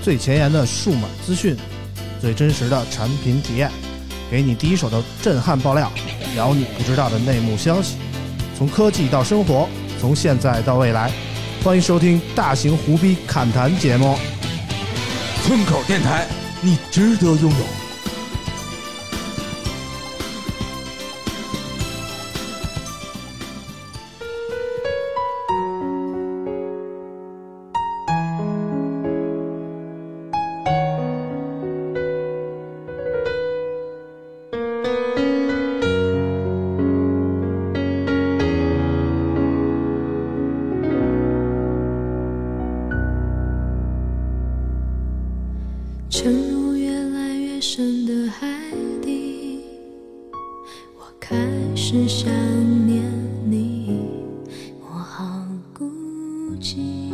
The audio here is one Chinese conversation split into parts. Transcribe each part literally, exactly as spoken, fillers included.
最前沿的数码资讯，最真实的产品体验，给你第一手的震撼爆料，聊你不知道的内幕消息。从科技到生活，从现在到未来，欢迎收听大型胡逼侃谈节目。 村口电台，你值得拥有。 沉入越来越深的海底，我开始想念你，我好孤寂。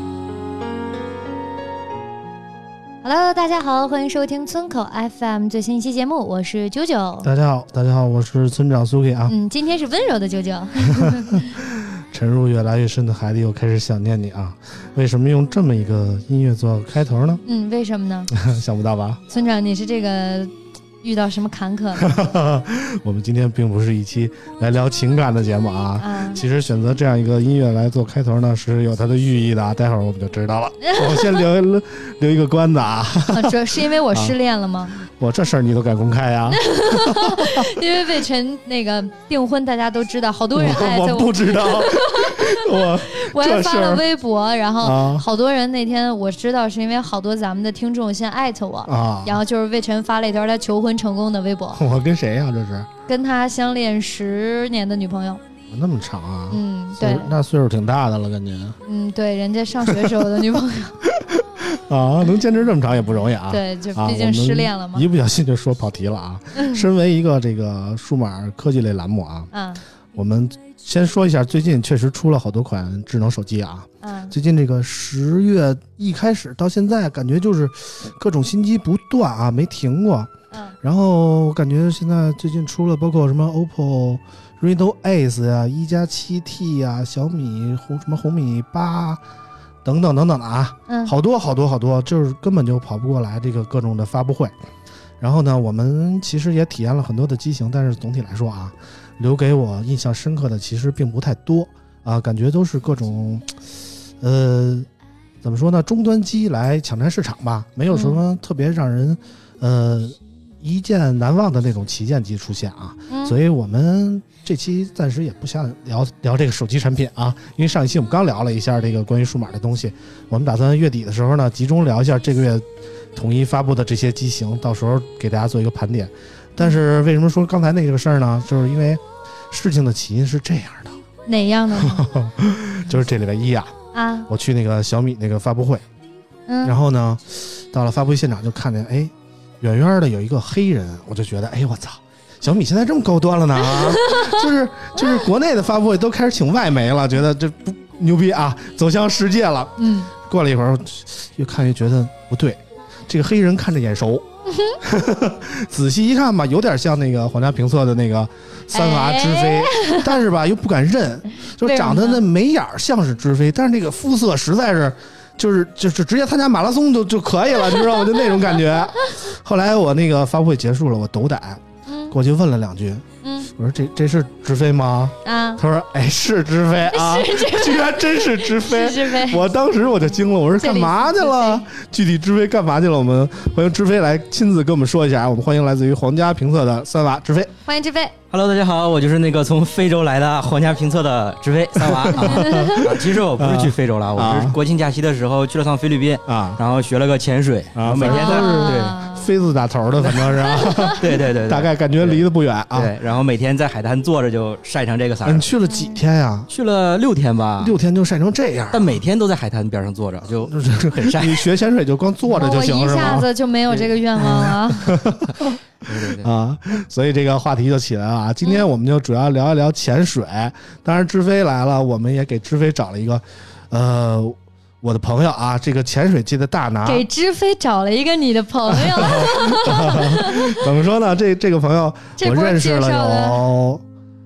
Hello， 大家好，欢迎收听村口 F M 最新一期节目，我是九九。 大家好，大家好，我是村长苏 K 啊。 嗯，今天是温柔的九九。 沉入越来越深的海底，我开始想念你啊！为什么用这么一个音乐做开头呢？ 嗯，为什么呢？ 想不到吧？ 村长，你是这个遇到什么坎坷了？ 我们今天并不是一期来聊情感的节目啊， 啊其实选择这样一个音乐来做开头呢，是有它的寓意的啊。待会儿我们就知道了。我先留留一个关子啊。 啊这是因为我失恋了吗？ 我这事儿你都敢公开呀？ 因为魏晨那个订婚，大家都知道，好多人艾特我。 我不知道。我我还发了微博，然后啊好多人那天我知道是因为好多咱们的听众先艾特我啊， 然后就是魏晨发了一条他求婚成功的微博。 我跟谁呀、啊？这是跟他相恋十年的女朋友。 那么长啊？ 嗯，对， 那岁数挺大的了，感觉。 嗯，对，人家上学时候的女朋友。 啊，能坚持这么长也不容易啊！ 对，就毕竟失恋了嘛。 啊、一不小心就说跑题了啊！嗯、身为一个这个数码科技类栏目啊， 嗯， 我们先说一下，最近确实出了好多款智能手机啊。 嗯， 最近这个十月一开始到现在，感觉就是各种新机不断啊，没停过。 嗯， 然后我感觉现在最近出了包括什么 O P P O Reno8 呀、一加七 T 呀、小米红什么红米八。等等等等的啊， 嗯， 好多好多好多，就是根本就跑不过来这个各种的发布会。然后呢，我们其实也体验了很多的机型，但是总体来说啊，留给我印象深刻的其实并不太多啊，感觉都是各种，呃，怎么说呢，终端机来抢占市场吧，没有什么特别让人，呃。一见难忘的那种旗舰机出现啊、嗯，所以我们这期暂时也不想聊聊这个手机产品啊，因为上一期我们刚聊了一下这个关于数码的东西，我们打算月底的时候呢，集中聊一下这个月统一发布的这些机型，到时候给大家做一个盘点。但是为什么说刚才那个事儿呢？就是因为事情的起因是这样的。 哪样的呢？ 就是这礼拜一啊， 啊， 我去那个小米那个发布会， 嗯， 然后呢，到了发布会现场就看见，哎。远远的有一个黑人，我就觉得，哎，我操，小米现在这么高端了呢，就是就是国内的发布会都开始请外媒了，觉得这不牛逼啊，走向世界了。 嗯， 过了一会儿，越看越觉得不对，这个黑人看着眼熟，仔细一看吧，有点像那个皇家评测的那个三娃知飞，哎、但是吧又不敢认，就长得那眉眼像是知飞，但是那个肤色实在是。就是就是直接参加马拉松就就可以了，你知道吗？就那种感觉。后来我那个发布会结束了，我斗胆过去问了两句，嗯，我说这这是知飞吗？啊，他说哎是知飞啊，居然真是知飞， 是知飞。 我当时我就惊了，我说干嘛去了？具体知飞干嘛去了？我们欢迎知飞来亲自跟我们说一下。我们欢迎来自于皇家评测的三娃知飞， 欢迎知飞。 Hello， 大家好，我就是那个从非洲来的皇家评测的知飞三娃、啊啊。其实我不是去非洲了， 啊、 我是国庆假期的时候去了趟菲律宾啊，然后学了个潜水啊， 每天都是对飞字打头的，反正是啊， 对对 对, 对， 大概感觉离得不远啊。 对，然后每天在海滩坐着就晒成这个色儿。 你去了几天呀？ 去了六天吧。 六天就晒成这样， 但每天都在海滩边上坐着，就很晒。 你学潜水就光坐着就行是吗？ 我一下子就没有这个愿望了。 对对对啊，所以这个话题就起来了啊。今天我们就主要聊一聊潜水。当然，知飞来了，我们也给知飞找了一个，呃，我的朋友啊，这个潜水界的大拿， 给知飞找了一个你的朋友。 怎么说呢？这这个朋友我认识了有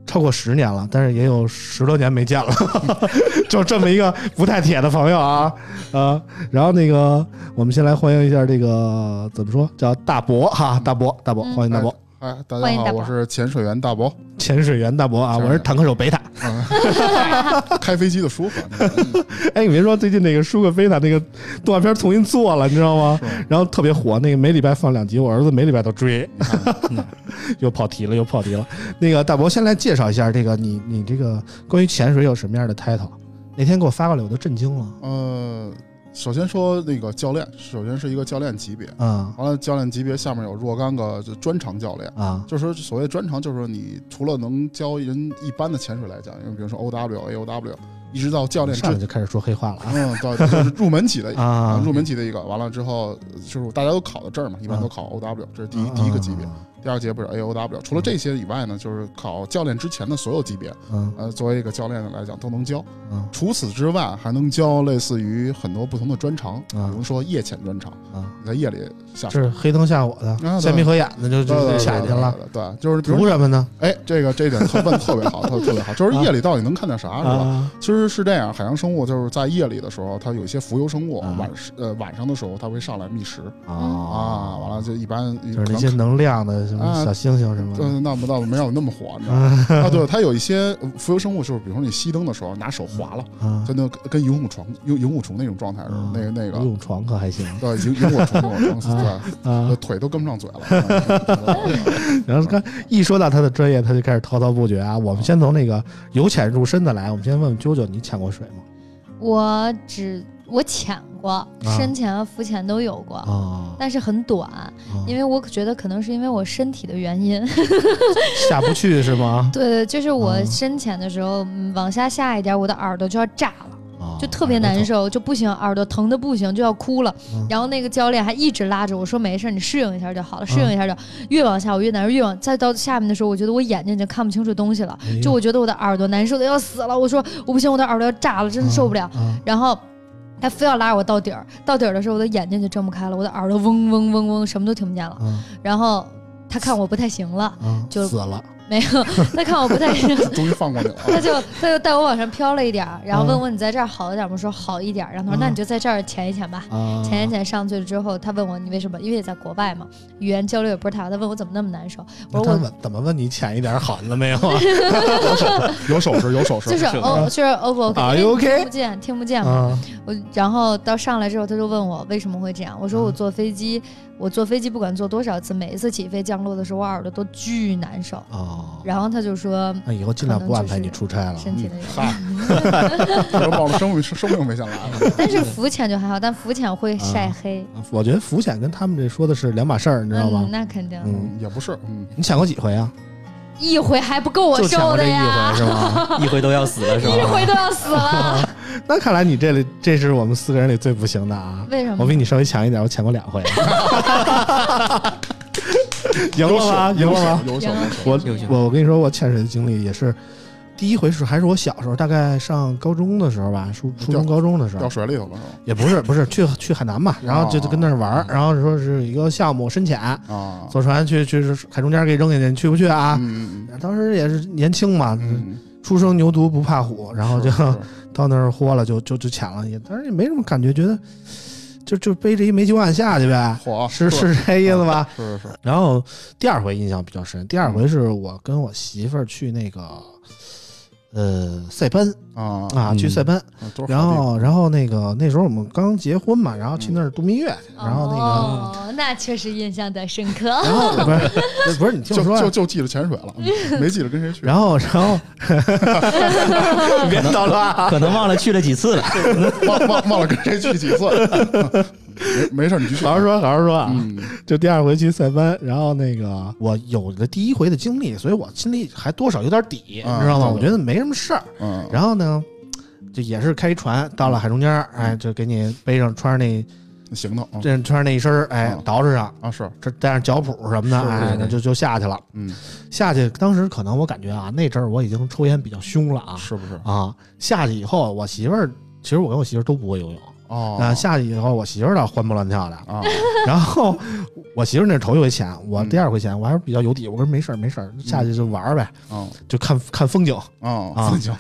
超过十年了，但是也有十多年没见了，就这么一个不太铁的朋友啊啊！然后那个，我们先来欢迎一下这个怎么说叫大伯哈，大伯大伯，欢迎大伯。 哎，大家好，我是潜水员大伯， 潜水员大伯啊，我是坦克手贝塔， 嗯、开飞机的舒服。嗯、 哎，你别说，最近那个舒克贝塔那个动画片重新做了，你知道吗？然后特别火，那个每礼拜放两集，我儿子每礼拜都追。又跑题了，又跑题了。那个大伯，先来介绍一下这个你你这个关于潜水有什么样的 title？ 那天给我发过来，我都震惊了。 呃。首先说那个教练，首先是一个教练级别啊，完了教练级别下面有若干个就专长教练啊，就是说所谓专长，就是说你除了能教人一般的潜水来讲，因为比如说 O W、A O W， 一直到教练上来就开始说黑话了啊， 嗯，到就是入门级的啊，入门级的一个，完了之后就是大家都考的证嘛，一般都考 O W， 这是第一、啊、第一个级别。第二节不是 A O W， 除了这些以外呢，就是考教练之前的所有级别，嗯，呃，作为一个教练来讲都能教。嗯，除此之外还能教类似于很多不同的专长，比如说夜潜专长，啊，你在夜里下是黑灯瞎火的，先闭合眼的就就下去了。 对，就是比如什么呢？ 哎，这个这一点特问特别好，特特别好，就是夜里到底能看见啥，是吧？其实是这样，海洋生物就是在夜里的时候，它有一些浮游生物，晚呃晚上的时候它会上来觅食啊，完了就一般就是那些能量的。什么小星星什么的， 嗯，那不倒没有那么火，你知道吗？啊，对，它有一些浮游生物，就是比如说你熄灯的时候拿手划了，啊，就那跟萤火虫、萤萤火虫那种状态似的，那个那个。 萤火虫可还行， 对，萤萤火虫、萤火虫，对，啊，腿都跟不上嘴了。 然后看一说到他的专业，他就开始滔滔不绝啊。我们先从那个由浅入深的来，我们先问问啾啾，你潜过水吗？ 我只我潜过，深潜和浮潜都有过，啊，但是很短，啊，因为我觉得可能是因为我身体的原因下不去是吗？ 对对，就是我深潜的时候，嗯，往下下一点，我的耳朵就要炸了，啊，就特别难受，就不行，耳朵疼的不行，就要哭了，啊，然后那个教练还一直拉着我说没事，你适应一下就好了，适应一下就，啊，越往下我越难受，越往再到下面的时候，我觉得我眼睛已经看不清楚东西了，哎，就我觉得我的耳朵难受的要死了，我说我不行，我的耳朵要炸了，真的受不了，啊啊，然后他非要拉我到底儿，到底儿的时候我的眼睛就睁不开了，我的耳朵嗡嗡嗡嗡，什么都听不见了，啊，然后他看我不太行了，啊，就死了。 没有，他看我不太行， 终于放过你了。 他就他就带我往上飘了一点，然后问我你在这儿好一点吗？我说好一点，然后他说那你就在这儿潜一潜吧。啊，潜一潜上去了之后，他问我你为什么？因为也在国外嘛，语言交流也不是太好。他问我怎么那么难受？我说我怎么问你潜一点好了没有啊？ 有手势，有手势， 就是哦，就是 O 不 OK？ Are you OK？ 听不见，听不见嘛。我然后到上来之后，他就问我为什么会这样？我说我坐飞机。我坐飞机不管坐多少次，每一次起飞降落的时候，我耳朵都巨难受。哦，然后他就说：“ 那以后尽量不安排你出差了。” 身体的原因，都冒了生命生命危险来了。 但是浮潜就还好，但浮潜会晒黑。 啊，我觉得浮潜跟他们这说的是两码事儿，你知道吗？ 嗯，那肯定。 嗯，也不是。嗯， 你潜过几回啊？ 一回还不够我受的呀！ 就潜过这一回是吗？ 一回都要死了是吧？ 一回都要死了。 那看来你这里这是我们四个人里最不行的啊！ 为什么？ 我比你稍微强一点，我潜过两回。赢了吗？赢了吗？ 有手我我我跟你说，我潜水的经历也是，第一回是还是我小时候，大概上高中的时候吧，初初中高中的时候， 掉水里头了是吧？ 也不是不是去去海南嘛，然后就跟那儿玩，然后说是一个项目深潜啊，坐船去去海中间给扔下去，你去不去啊？嗯嗯，当时也是年轻嘛，初生牛犊不怕虎，然后就到那儿豁了，就就就潜了，也当然也没什么感觉，觉得。就就背着一煤球碗下去呗，是是这意思吧？ 是是是。 然后第二回印象比较深，第二回是我跟我媳妇儿去那个呃塞班啊啊去塞班，然后然后那个那时候我们刚结婚嘛，然后去那儿度蜜月，然后那个哦，那确实印象的深刻。 然后不是不是你听我说， 就就就记着潜水了，没记着跟谁去。 然后然后别捣乱， 可能忘了去了几次了， 忘忘忘了跟谁去几次。没没事，你继续好好说，好好说啊！嗯，就第二回去塞班，然后那个我有了第一回的经历，所以我心里还多少有点底，嗯、你知道吗？我觉得没什么事儿。嗯，然后呢，就也是开船到了海中间，哎，就给你背上穿上那行头， 这穿上那一身，哎，捯饬上啊，是这带上脚蹼什么的，哎，那就就下去了。嗯，下去当时可能我感觉啊，那阵儿我已经抽烟比较凶了啊， 是不是啊？下去以后，我媳妇儿其实我跟我媳妇儿都不会游泳。 哦， 啊，下去以后我媳妇儿倒欢蹦乱跳的啊， 然后我媳妇儿那头一回潜，我第二回潜，我还是比较有底，我说没事儿没事儿，下去就玩呗， 嗯， 就看看风景， 啊啊， 风景，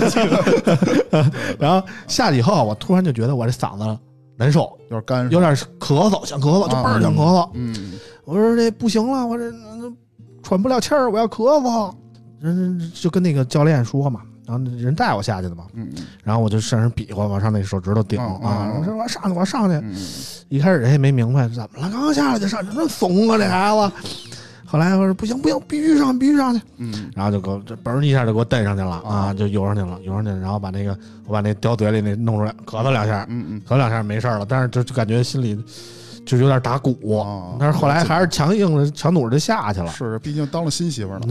然后下去以后，我突然就觉得我这嗓子难受， 有点干， 有点咳嗽，想咳嗽，就倍儿想咳嗽， 嗯， 我说这不行了，我这喘不了气儿，我要咳嗽，人就跟那个教练说嘛。然后人带我下去的嘛， 嗯， 然后我就上人比划，往上那手指头顶、 嗯、 啊，我说我上去，我上去。 嗯、 一开始人也没明白怎么了，刚下来就上去，那怂啊这孩子。后来我说不行不行，必须上，必须上去。 嗯， 然后就给我这嘣一下就给我蹬上去了、嗯、啊，就游上去了，游上去，然后把那个我把那叼嘴里那弄出来，咳嗽两下， 嗯嗯， 咳两下没事了，但是就就感觉心里。就有点打鼓、 哦， 但是后来还是强硬的强弩就下去了。 是，毕竟当了新媳妇了。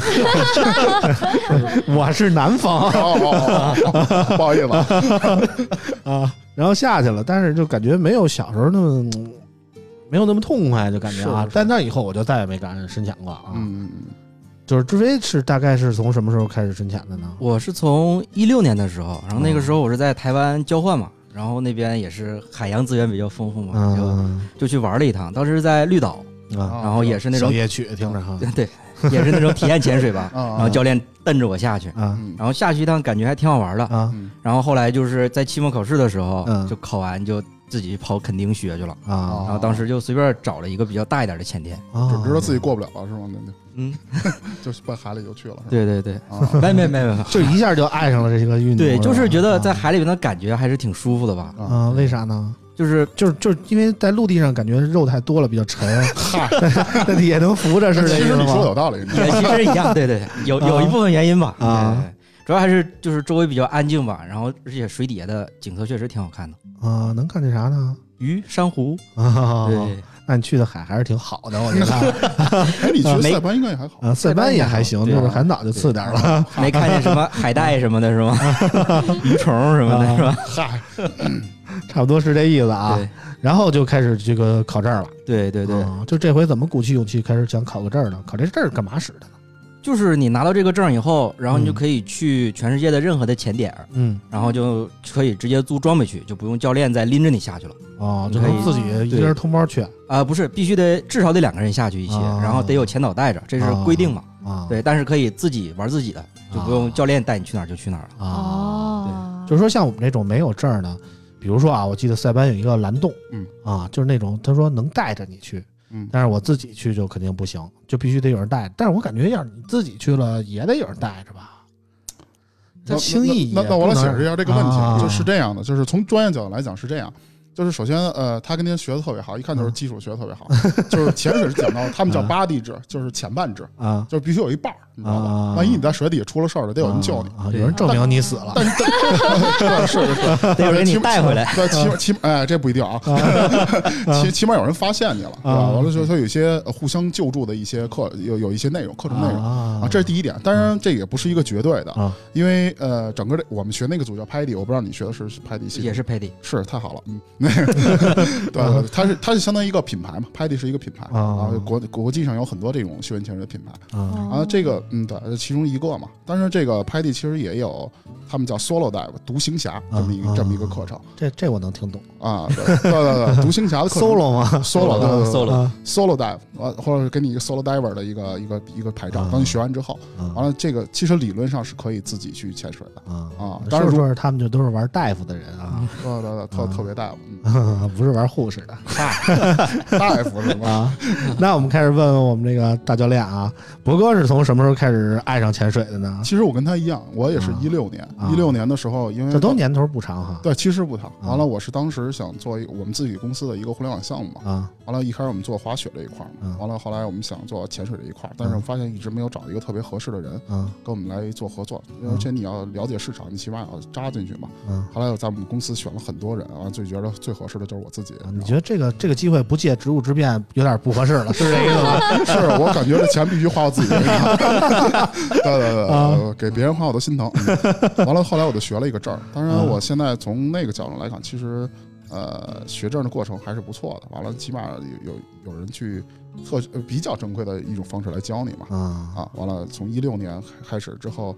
我是南方， 哦哦哦、不好意思啊。然后下去了，但是就感觉没有小时候那么没有那么痛快，就感觉啊。但那以后我就再也没敢深潜过啊。 嗯嗯。 就是志飞是大概是从什么时候开始深潜的呢？ 我是从一六年的时候，然后那个时候我是在台湾交换嘛。然后那边也是海洋资源比较丰富嘛， 嗯、 就就去玩了一趟。当时在绿岛，啊、然后也是那种夜曲，听着哈， 对，也是那种体验潜水吧。然后教练蹬着我下去， 啊、 然后下去一趟感觉还挺好玩的。 啊、 然后后来就是在期末考试的时候， 嗯、 就考完就自己跑垦丁学去了啊。 然后当时就随便找了一个比较大一点的潜店， 啊、 只知道自己过不了了是吗？那嗯， 就是奔海里就去了。 对对对， 啊、 没没没没， 就一下就爱上了这个运动。 对，就是觉得在海里面的感觉还是挺舒服的吧？ 啊，啊为啥呢？ 就是就是就是因为在陆地上感觉肉太多了，比较沉，在底下能浮着是这个吗？ 其实你说有道理， 也其实一样，对对，有有一部分原因吧。 啊， 对对主要还是就是周围比较安静吧，然后而且水底下的景色确实挺好看的。 啊，能看见啥呢？ 鱼、珊瑚。 啊， 对， 那你去的海还是挺好的，我觉得。 哎，你去塞班应该也还好啊，塞班也还行，就是海岛就次点了。 没看见什么海带什么的，是吗？鱼虫什么的，是吧？ 嗨， 差不多是这意思啊。然后就开始这个考证了。 对对对， 就这回怎么鼓起勇气开始想考个证呢？考这证干嘛使的呢？ 就是你拿到这个证以后，然后你就可以去全世界的任何的潜点， 嗯， 然后就可以直接租装备去，就不用教练再拎着你下去了。 哦，就可以自己一个人通包去啊、 呃？不是，必须得至少得两个人下去一起， 啊、 然后得有潜导带着，这是规定嘛？ 啊， 对，但是可以自己玩自己的，就不用教练带你去哪儿就去哪儿了。 哦， 对， 就是说像我们这种没有证的，比如说啊，我记得塞班有一个蓝洞， 嗯啊，就是那种他说能带着你去。 嗯， 但是我自己去就肯定不行，就必须得有人带。但是我感觉要是你自己去了，也得有人带着吧。他轻易那那我来解释一下这个问题， 啊、 就是这样的，就是从专业角度来讲是这样。就是首先，呃，他跟您学的特别好，一看就是技术学的特别好。嗯、就是潜水是讲到他们叫八地制，就是前半制啊， 就是必须有一半，你知道吗？ 啊、 万一你在水底下出了事儿了，得有人救你， 啊啊、有人证明你死了。 但是是是是， 得有人给你带回来。 对，起码起码哎，这不一定啊。起起码有人发现你了，对吧？完了之后，他有一些互相救助的一些课，有有一些内容，课程内容啊，这是第一点。当然，这也不是一个绝对的，因为呃，整个这我们学那个组叫 P A D I， 我不知道你学的是 P A D I 系统， 也是 P A D I， 是太好了，嗯，那个。对，它是它是相当于一个品牌嘛 ，P A D I 是一个品牌啊，国国际上有很多这种休闲潜水的品牌啊，这个嗯对，其中一个嘛。但是这个 P A D I 其实也有他们叫 Solo Dive 独行侠这么一个这么一个课程， 这这我能听懂啊，对对对对，独行侠的课程 Solo 吗 ？Solo 对 Solo Solo Dive 啊，或者给你一个 Solo Diver 的一个一个一个牌照，当你学完之后，完了这个其实理论上是可以自己去潜水的啊啊， 当然说他们就都是玩大夫的人啊， 对对对，特特别大夫， 不是玩护士的。 大夫是吧？ 啊，那我们开始问问我们这个大教练啊，博哥是从什么时候开始爱上潜水的呢？ 其实我跟他一样，我也是一六年，一六年的时候，因为这都年头不长哈。 对，其实不长。完了，我是当时想做一我们自己公司的一个互联网项目嘛。啊。完了，一开始我们做滑雪这一块嘛。完了，后来我们想做潜水这一块，但是我发现一直没有找一个特别合适的人，嗯，跟我们来做合作。而且你要了解市场，你起码要扎进去嘛。嗯。后来我在我们公司选了很多人，完最觉得最合适的就是我自己。 你觉得这个这个机会不借职务之便有点不合适了，是这意思吗？ 是我感觉这钱必须花我自己身上，对对对，啊、给别人花我都心疼。嗯、完了，后来我就学了一个证，当然我现在从那个角度来看，其实呃学证的过程还是不错的。完了，起码有有有人去特比较正规的一种方式来教你嘛。啊，啊完了，从一六年开始之后。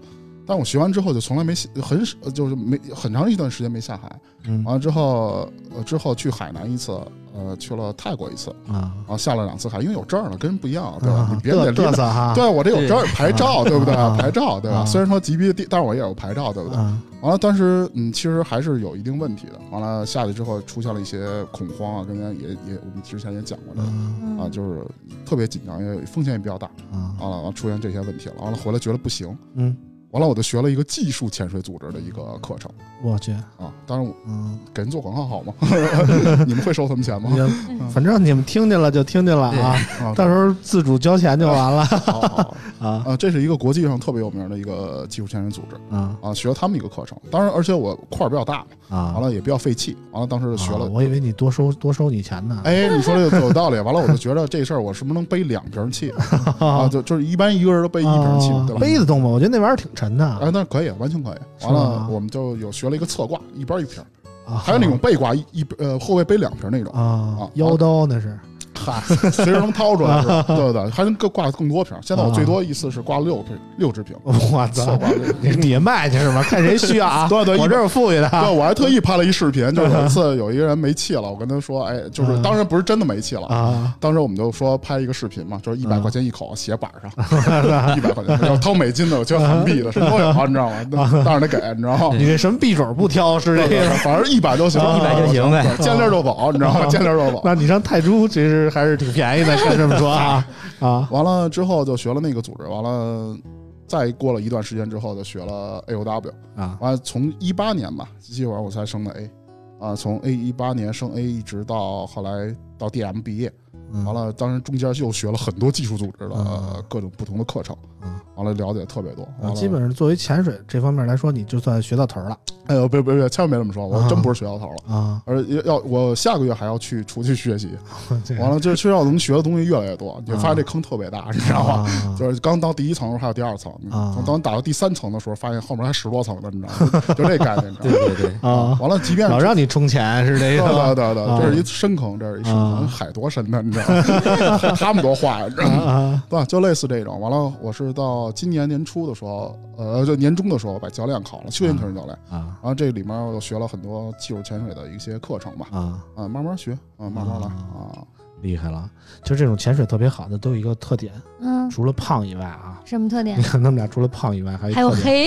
但我学完之后就从来没很就是没很长一段时间没下海。 嗯， 完了之后呃之后去海南一次，呃去了泰国一次啊，然后下了两次海，因为有证了，跟人不一样，对吧？啊、你别得嘚瑟哈， 对我这有证牌照，对不对？牌照对吧？啊、虽然说级别低，但是我也有牌照，对不对？啊、完了，但是嗯，其实还是有一定问题的。完了下去之后出现了一些恐慌啊，跟人也也我们之前也讲过这个、嗯、啊，就是特别紧张，因为风险也比较大啊。完了，完了出现这些问题了，完了回来觉得不行，嗯。完了，我就学了一个技术潜水组织的一个课程。 我去啊！当然我，嗯，给人做广告好吗？你们会收他们钱吗？ 反正你们听见了就听见了啊，到时候自主交钱就完了。 好好啊啊！这是一个国际上特别有名的一个技术潜水组织啊啊，学了他们一个课程。当然，而且我块儿比较大啊，完了也比较费气。完了，当时就学了。 我以为你多收多收你钱呢。 哎，你说这个有道理。完了，我就觉得这事儿我是不是能背两瓶气啊？就就是一般一个人都背一瓶气，对吧？ 背得动吗？我觉得那玩意儿挺沉的。 哎，那可以，完全可以。完了，我们就有学了一个侧挂，一边一瓶，还有那种背挂一一呃后背背两瓶那种啊，腰刀那是。 嗨，随时能掏出来，对对对，还能更挂更多瓶。现在我最多一次是挂六瓶六支瓶。 我操！你卖去是吗？看谁需要啊？ 对对， 我这有富裕的。 对，我还特意拍了一视频，就是有一次有一个人没气了，我跟他说，哎，就是当然不是真的没气了啊。当时我们就说拍一个视频嘛，就是一百块钱一口，写板上，一百块钱要掏美金的，我觉得韩币的，什么都有，你知道吗？当然得给，你知道吗？ 你这什么币种不挑是这个？ 反正一百就行， 一百就行呗， 见利就走，你知道吗？见利就走。 那你上泰铢其实还是挺便宜的，看这么说啊啊！ 完了之后就学了那个组织，完了再过了一段时间之后就学了 A O W 啊，完了从一八年吧，基本上我才升的 A 啊，从 A 一八年升 A 一直到后来到 D M 毕业，完了当然中间又学了很多技术组织的、呃、各种不同的课程，完了了解特别多。 基本上作为潜水这方面来说，你就算学到头了。 哎呦，别别别，千万别这么说，我真不是学到头了啊！而要我下个月还要去出去学习，完了就确实要能学的东西越来越多，你发现这坑特别大，你知道吗？就是刚到第一层的时候还有第二层，当打到第三层的时候，发现后面还十多层的，你知道吗？就这概念， 对对对啊！ 完了，即便老让你充钱是这个，对对对，这是一深坑，这是一深坑，海多深的，你知道吗？他们多坏，你知道吗？对吧？就类似这种。完了，我是到今年年初的时候，呃，就年中的时候把教练考了，休闲潜水教练啊。然后这里面我又学了很多技术潜水的一些课程吧，啊啊，慢慢学啊，慢慢来啊， 厉害了！就这种潜水特别好的都有一个特点，嗯，除了胖以外啊， 什么特点？ 你看他们俩除了胖以外还有还有黑，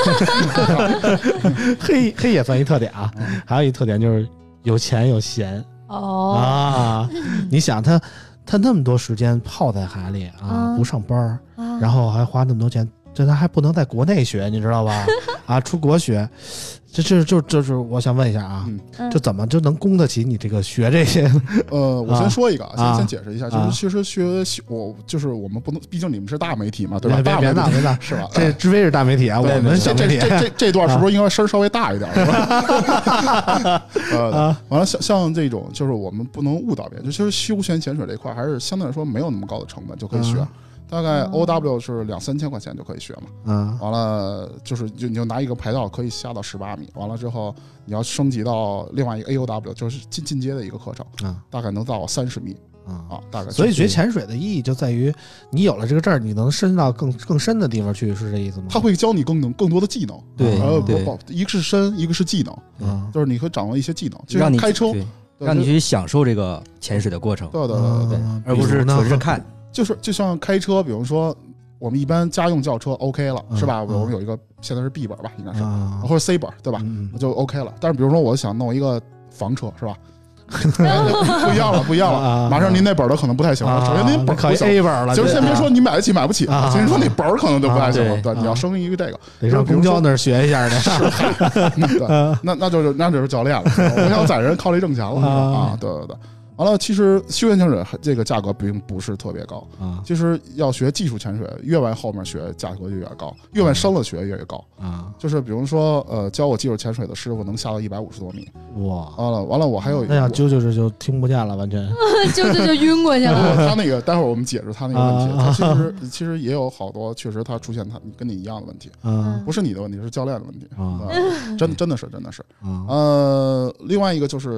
黑黑也算一特点啊，还有一特点就是有钱有闲哦啊！你想他他那么多时间泡在海里啊，不上班，然后还花那么多钱。这他还不能在国内学，你知道吧？啊，出国学，这这就这是我想问一下啊，嗯、这怎么就能供得起你这个学这些？ 呃，我先说一个，啊、先先解释一下，就是其实学我就是我们不能，毕竟你们是大媒体嘛，对吧？ 别别大别大是吧？ 这知微是大媒体啊，我们小媒体。 这这这段是不是应该声稍微大一点？是吧？呃，完了像像这种，就是我们不能误导别人，就其实休闲潜水这一块还是相对来说没有那么高的成本就可以学。大概 O W 是两三千块钱就可以学嘛，嗯，完了就是就你就拿一个牌照可以下到十八米，完了之后你要升级到另外一个 A O W 就是进进阶的一个课程，嗯，大概能到三十米，啊，大概。 所以学潜水的意义就在于你有了这个证，你能深到更更深的地方去，是这意思吗？ 他会教你更能更多的技能， 对， 呃，不，一个是深，一个是技能，嗯，就是你会掌握一些技能，就让你开车， 让你去享受这个潜水的过程， 对对对对， 而不是纯是看。 就是就像开车，比如说我们一般家用轿车 OK 了，是吧？我们有一个现在是 B 本吧，应该是或者 C 本，对吧？就 OK 了。但是比如说我想弄一个房车，是吧？不一样了，不一样了。马上您那本的可能不太行了。首先您本考 A 本了， 就是先别说你买得起买不起，先说你本可能就不太行了。对，你要升一个这个， 得上公交那儿学一下的。 对，那那就是那就是教练了。我想载人靠这挣钱了啊！对对对。完了，其实休闲潜水这个价格并不是特别高啊。其实要学技术潜水，越往后面学价格就越高，越往深了学越越高啊。就是比如说，呃，教我技术潜水的师傅能下到一百五十多米，哇！完了完了，我还有那样啾啾就听不见了，完全啾啾就晕过去了。 他那个待会儿我们解释他那个问题，他其实其实也有好多确实他出现他跟你一样的问题，不是你的问题，是教练的问题啊。真真的是真的是。呃，另外一个就是。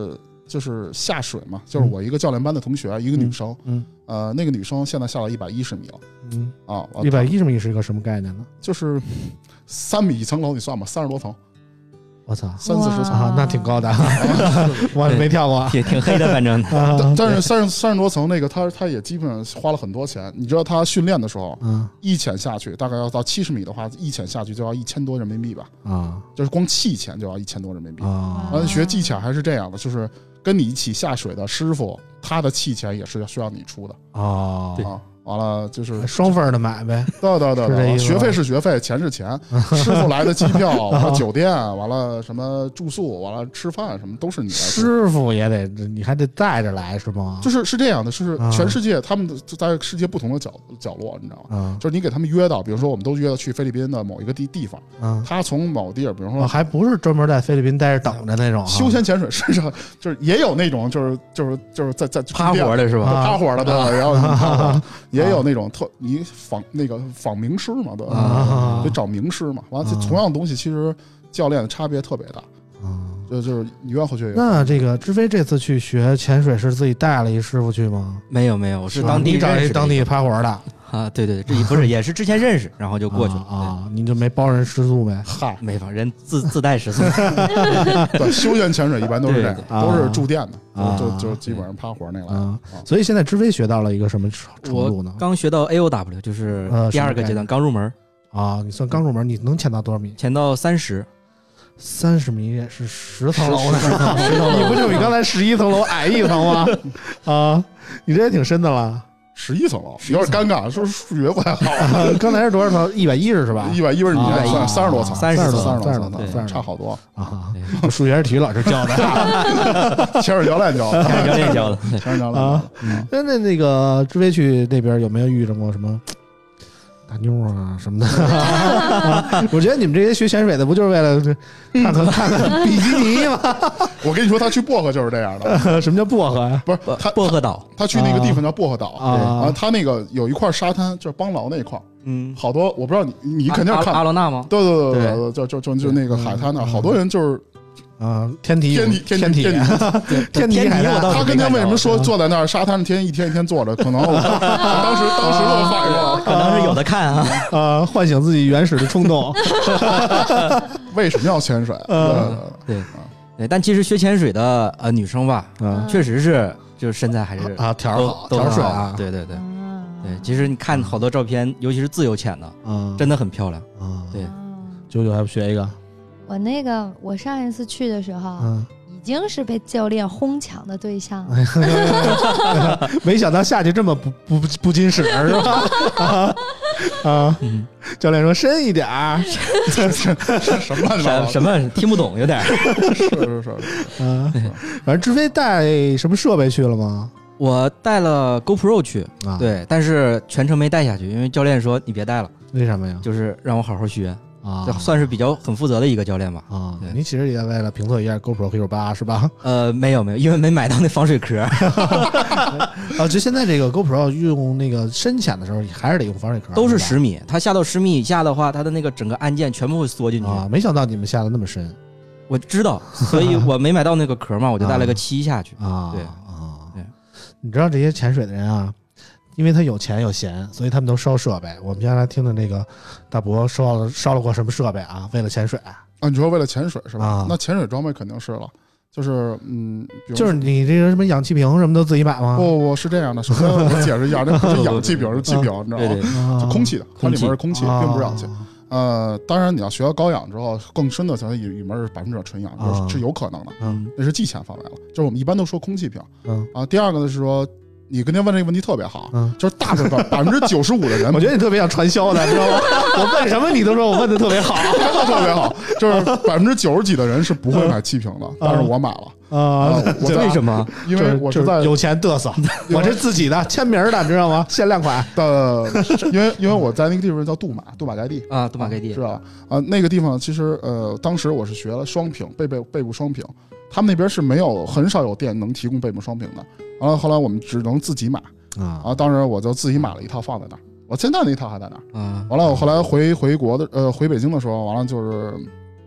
就是下水嘛，就是我一个教练班的同学，嗯、一个女生， 嗯， 呃，那个女生现在下到一百一十米了， 嗯啊， 一百一十米是一个什么概念呢？ 就是三米一层楼，你算吧，三十多层。 我操， 三四十层、 啊，那挺高的，我没跳过， 挺挺黑的，反正。 但但是三十三十多层那个，他他也基本上花了很多钱。你知道他训练的时候，嗯，一潜下去大概要到七十米的话，一潜下去就要一千多人民币吧，啊，就是光气潜就要一千多人民币啊。完了学技巧还是这样的，就是跟你一起下水的师傅，他的气钱也是需要你出的啊。对啊。完了就是双份的买呗， 对对对对，学费是学费，钱是钱，师傅来的机票，完了酒店，完了什么住宿，完了吃饭什么都是你来。 师傅也得，你还得带着来是吗？ 就是是这样的，就是全世界他们在世界不同的角角落，你知道吗？嗯、就是你给他们约到，比如说我们都约到去菲律宾的某一个地地方，嗯、他从某地儿，比如说、 哦、还不是专门在菲律宾待着等着那种休闲潜水，身上就是也有那种就是就是就是在在趴活的是吧？ 趴活的对吧？然后也有那种特。你仿那个仿名师嘛，对吧？啊、得找名师嘛。完了，同样的东西，其实教练的差别特别大。啊，就就是你愿会学。 那这个志飞这次去学潜水是自己带了一师傅去吗？ 没有没有，我是当地找一当地趴活的啊。对对，这不是也是之前认识，然后就过去了啊。你就没包人食宿呗？ 嗨， 没法，人自自带食宿。 对，休闲潜水一般都是这样，都是住店的，啊、就就基本上趴活那个。 啊，所以现在志飞学到了一个什么程度呢？ 我刚学到 A O W， 就是第二个阶段，刚入门啊。你算刚入门，你能潜到多少米？ 潜到三十。 三十米也是十层楼呢，你不就比刚才十一层楼矮一层吗？啊，你这也挺深的了。 十一层楼有点尴尬，是不是数学不太好？ 刚才是多少层？一百一十是吧？ 一百一十米，算三十多层， 三十多层， 三十多层， 差好多啊！数学是体育老师教的， 潜水教练教的， 潜水教练教的， 潜水教练啊。 那那那个志飞去那边有没有遇上过什么大妞啊什么的？我觉得你们这些学潜水的，不就是为了看看看看比基尼吗？ 我跟你说，他去薄荷就是这样的。 什么叫薄荷呀？ 不是他薄荷岛， 他去那个地方叫薄荷岛啊。他那个有一块沙滩，就是邦劳那一块，嗯，好多我不知道你你肯定是看阿罗纳吗？ 对对对对，就就就就那个海滩那，好多人就是。 啊，天体天体天体天体天体海滩， 他跟他为什么说坐在那儿沙滩天一天一天坐着？可能我当时当时我反应， 可能是有的看啊啊，唤醒自己原始的冲动。 为什么要潜水？ 对对，但其实学潜水的呃女生吧，确实是就是身材还是啊条好条水啊， 对对对对，其实你看好多照片，尤其是自由潜的，嗯，真的很漂亮啊。对， 九九还不学一个。 我那个，我上一次去的时候，嗯、已经是被教练哄抢的对象了。没想到下去这么不不不矜持是吧？啊啊！嗯、教练说深一点儿， 什么什什么听不懂，有点。 是是是， 嗯，反正志飞带什么设备去了吗？ 我带了 GoPro 去，啊、对，但是全程没带下去，因为教练说你别带了。 为什么呀？ 就是让我好好学。啊，算是比较很负责的一个教练吧。 啊，你其实也为了评测一下 GoPro Hero 八是吧？ 呃，没有没有，因为没买到那防水壳。 啊，就现在这个 GoPro 用那个深潜的时候，还是得用防水壳。 都是十米，它下到十米以下的话，它的那个整个按键全部会缩进去。 啊，没想到你们下的那么深。 我知道，所以我没买到那个壳嘛，我就带了个七下去。 啊， 对啊，对。你知道这些潜水的人啊？因为他有钱有闲，所以他们都烧设备。我们先来听听那个大伯烧了烧了过什么设备啊？为了潜水啊？你说为了潜水是吧？啊、那潜水装备肯定是了，就是嗯， 就是你这个什么氧气瓶什么都自己买吗？ 不不是这样的。首先我解释一下，那不是氧气瓶，是气瓶，你知道吗？就空气的，它里面是空气，并不是氧气。呃，当然你要学到高氧之后，更深的层里里面是百分之百纯氧，是是有可能的。嗯，那是技潜范围了。就是我们一般都说空气瓶。嗯啊，第二个呢是说。你跟他问这个问题特别好，嗯，就是大部分百分之九十五的人， 我觉得你特别像传销的，你知道吗？我问什么你都说我问的特别好， 真的特别好。就是百分之九十几的人是不会买气瓶的，嗯、但是我买了啊。 我为什么？ 因为我是在有钱嘚瑟，我是自己的签名的，知道吗？限量款的，因为因为我在那个地方叫杜马，杜马盖地啊，杜马盖地是吧？啊，那个地方其实呃，当时我是学了双屏背背背部双屏，他们那边是没有很少有店能提供背部双屏的。完了后来我们只能自己买。啊，当时我就自己买了一套放在那儿，我现在那一套还在那儿。啊，完了我后来回回国的呃回北京的时候，完了就是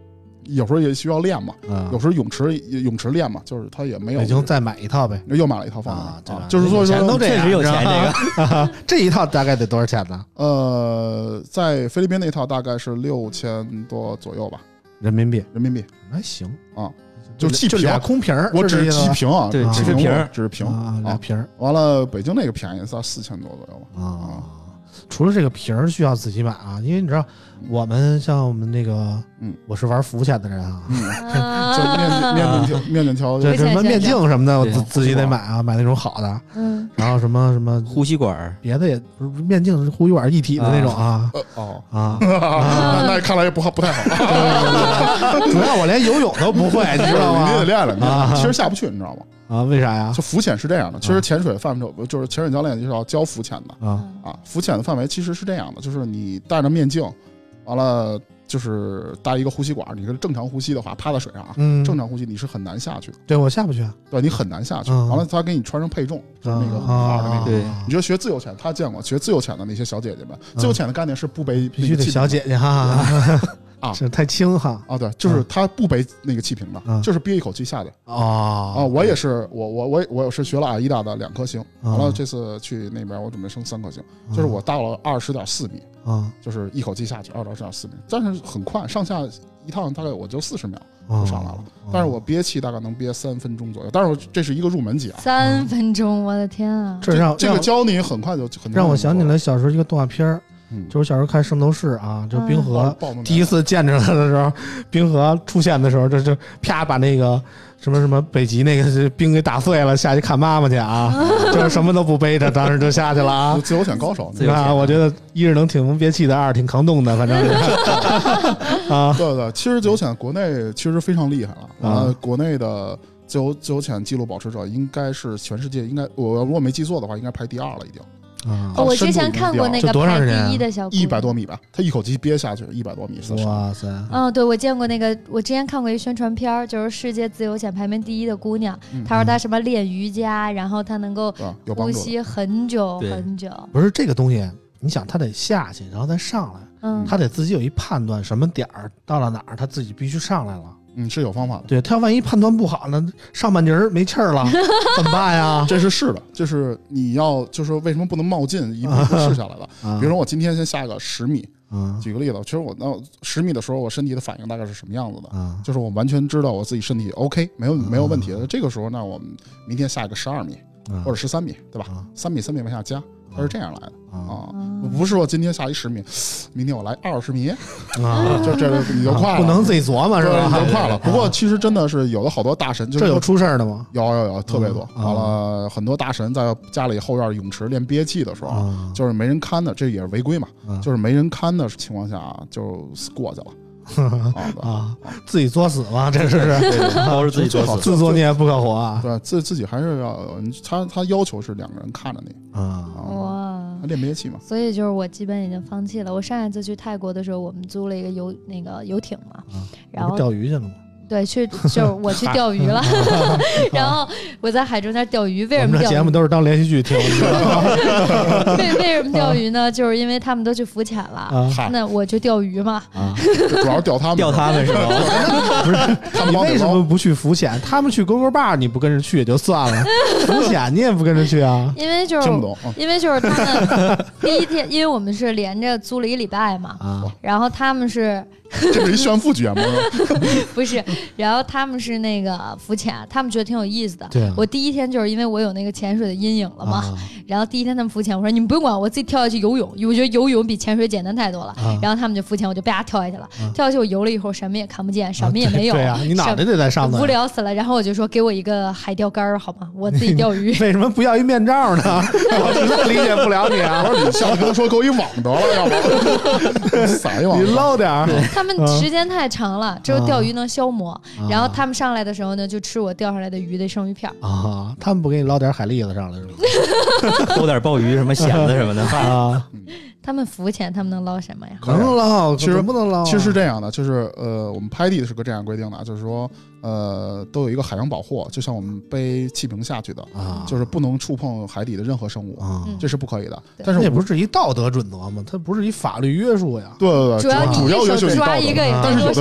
有时候也需要练嘛， 嗯、 有时候泳池泳池练嘛，就是他也没有， 北京再买一套呗， 又买了一套放在那、 啊， 就是说钱都这样， 确实有钱这个， 这一套大概得多少钱呢？ 呃，在菲律宾那套大概是六千多左右吧， 人民币， 人民币还行啊。就气瓶， 就俩空瓶我只是气瓶啊， 对， 只是瓶， 只是瓶啊，俩瓶。 完了，北京那个便宜在四千多左右吧。啊， 除了这个瓶需要自己买啊，因为你知道，我们像我们那个，嗯，我是玩浮潜的人啊， 嗯，就面面镜面镜条， 这什么面镜什么的，我自自己得买啊，买那种好的。嗯，然后什么什么呼吸管， 别的也不是面镜，是呼吸管一体的那种啊。 哦啊， 那看来也不不太好。 主要我连游泳都不会，你知道吗？ 你得练了，其实下不去，你知道吗？ 啊，为啥呀？ 就浮潜是这样的，其实潜水范畴就是潜水教练就是要教浮潜的啊啊。浮潜的范围其实是这样的，就是你戴着面镜，完了就是戴一个呼吸管，你是正常呼吸的话，趴在水上啊，嗯，正常呼吸你是很难下去的。 对我下不去， 对你很难下去。完了，他给你穿上配重，就是那个很好的那个。 对， 你就学自由潜，他见过学自由潜的那些小姐姐们，自由潜的概念是不背必须得小姐姐哈。 啊， 这太轻哈！ 啊，对，就是他不背那个气瓶的，嗯、就是憋一口气下去。 哦， 啊，我也是，我我我我是学了阿依达的两颗星，完了这次去那边我准备升三颗星，嗯、就是我到了二十点四米，啊、嗯，就是一口气下去二十点四米，但是很快，上下一趟大概我就四十秒就上来了，哦、但是我憋气大概能憋三分钟左右，但是这是一个入门级啊， 三分钟，我的天啊！ 这让这个教你很快就很让我想起来小时候一个动画片。嗯、就是小时候看《圣斗士》啊，就冰河第一次见着他的时候，嗯、冰河出现的时候，这就啪把那个什么什么北极那个冰给打碎了，下去看妈妈去啊，就是什么都不背着，当时就下去了啊。 自由潜高手， 你看，我觉得一是能挺能憋气的，二挺抗冻的，反正啊，对对，其实自由潜国内其实非常厉害了，啊，国内的自由自由潜纪录保持者应该是全世界应该我如果没记错的话，应该排第二了已经。 啊、 哦！我之前看过那个排第一的小姑娘， 一百多米吧，他一口气憋下去一百多米。 哇塞！ 嗯，对，我见过那个，我之前看过一宣传片，就是世界自由潜排名第一的姑娘，嗯、她说她什么练瑜伽，然后她能够呼吸很久很久。 不是这个东西，你想她得下去，然后再上来，嗯，她得自己有一判断，什么点儿到了哪儿，她自己必须上来了。 嗯，是有方法的。 对，他要万一判断不好呢，上半截儿没气儿了，怎么办呀？ 这是是的，就是你要，就是为什么不能冒进，一步一步试下来的。啊、比如说我今天先下个十米，啊、举个例子，其实我那十米的时候，我身体的反应大概是什么样子的？啊、就是我完全知道我自己身体 OK， 没有没有问题的。啊、这个时候，那我们明天下一个十二米、啊、或者十三米，对吧？三、啊、米三米往下加。它是这样来的啊，不是说今天下一十米，明天我来二十米啊，这这你就快了， 不能自己琢磨是吧？ 你就快了。不过其实真的是有的好多大神， 这有出事的吗？ 有有有，特别多。完了，很多大神在家里后院泳池练憋气的时候，就是没人看的，这也是违规嘛，就是没人看的情况下就过去了。 啊，自己作死嘛，这是都是自己作死， 自作孽不可活啊！ 对，自自己还是要他他要求是两个人看着你啊， 哇， 练憋气嘛。 所以就是我基本已经放弃了。我上一次去泰国的时候，我们租了一个游那个游艇嘛，然后钓鱼去了吗？ 对，去就是我去钓鱼了，然后我在海中间钓鱼。为什么钓鱼？ 节目都是当连续剧听。 为为什么钓鱼呢？就是因为他们都去浮潜了，啊、那我就钓鱼嘛。 啊、主要是钓他们， 钓他们是吧？ 不是，你为什么不去浮潜？他们去勾勾坝，你不跟着去也就算了，浮潜你也不跟着去啊？ 因为就是， 听不懂因为就是他们第一天，因为我们是连着租了一礼拜嘛，啊、然后他们是。 这是一炫富节目， 不是？然后他们是那个浮潜，他们觉得挺有意思的。 对、啊， 我第一天就是因为我有那个潜水的阴影了嘛，啊、然后第一天他们浮潜，我说你们不用管，我自己跳下去游泳，我觉得游泳比潜水简单太多了。啊、然后他们就浮潜，我就啪跳下去了。啊、跳下去我游了一会儿，什么也看不见，什么也没有。 啊、对呀、啊，你脑袋得在上头， 无聊死了。然后我就说给我一个海钓竿好吗？我自己钓鱼。 为什么不要一面罩呢？我实在理解不了你啊！ 我说你下次跟他说给我一网得了，要不撒一网， 你露点儿。 他们时间太长了，只有钓鱼能消磨。啊、然后他们上来的时候呢，就吃我钓上来的鱼的生鱼片啊。他们不给你捞点海蛎子上来是吗？ 偷点鲍鱼什么蚬子什么的啊。 他们浮潜，他们能捞什么呀？ 能捞， 其实不能捞、啊。 其实是这样的，就是呃，我们拍地是个这样规定的，就是说呃，都有一个海洋保护，就像我们背气瓶下去的啊，就是不能触碰海底的任何生物啊，这是不可以的。但是也不是一道德准则嘛，它不是一法律约束呀。 对对对， 主要主要约束抓一个也没多少。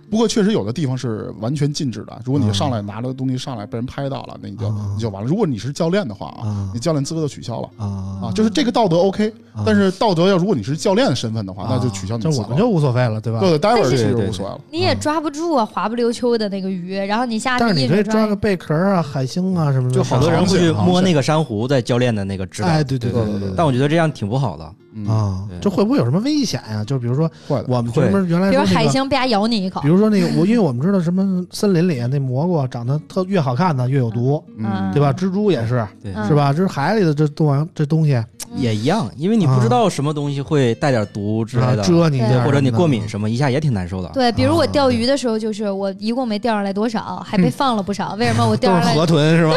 不过确实有的地方是完全禁止的，如果你上来拿着东西上来被人拍到了，那你就、啊、你就完了。如果你是教练的话啊，啊你教练资格就取消了啊啊，就是这个道德 OK，、啊、但是道德要如果你是教练的身份的话，啊、那就取消你资格。 这我们就无所谓了，对吧？ 对，待会儿是无所谓了。 你也抓不住啊，滑不溜秋的那个鱼，然后你下去， 但是你可以抓个贝壳啊、海星啊什么的， 就好多人会去摸那个珊瑚，在教练的那个指导。 哎，对对对对对。 但我觉得这样挺不好的。 嗯、啊，这会不会有什么危险呀？就比如说，我们专门原来、 那个、比如海星啪咬你一口， 比如说那个我，因为我们知道什么森林里那蘑菇长得特越好看的越有毒，嗯，对吧？蜘蛛也是， 嗯、 是吧？这是海里的这东这东西也一样，因为你不知道什么东西会带点毒之类的， 蛰、啊、你或者你过敏什么，一下也挺难受的。 对，比如我钓鱼的时候，就是我一共没钓上来多少，还被放了不少。为什么我钓上来？ 河豚是吧？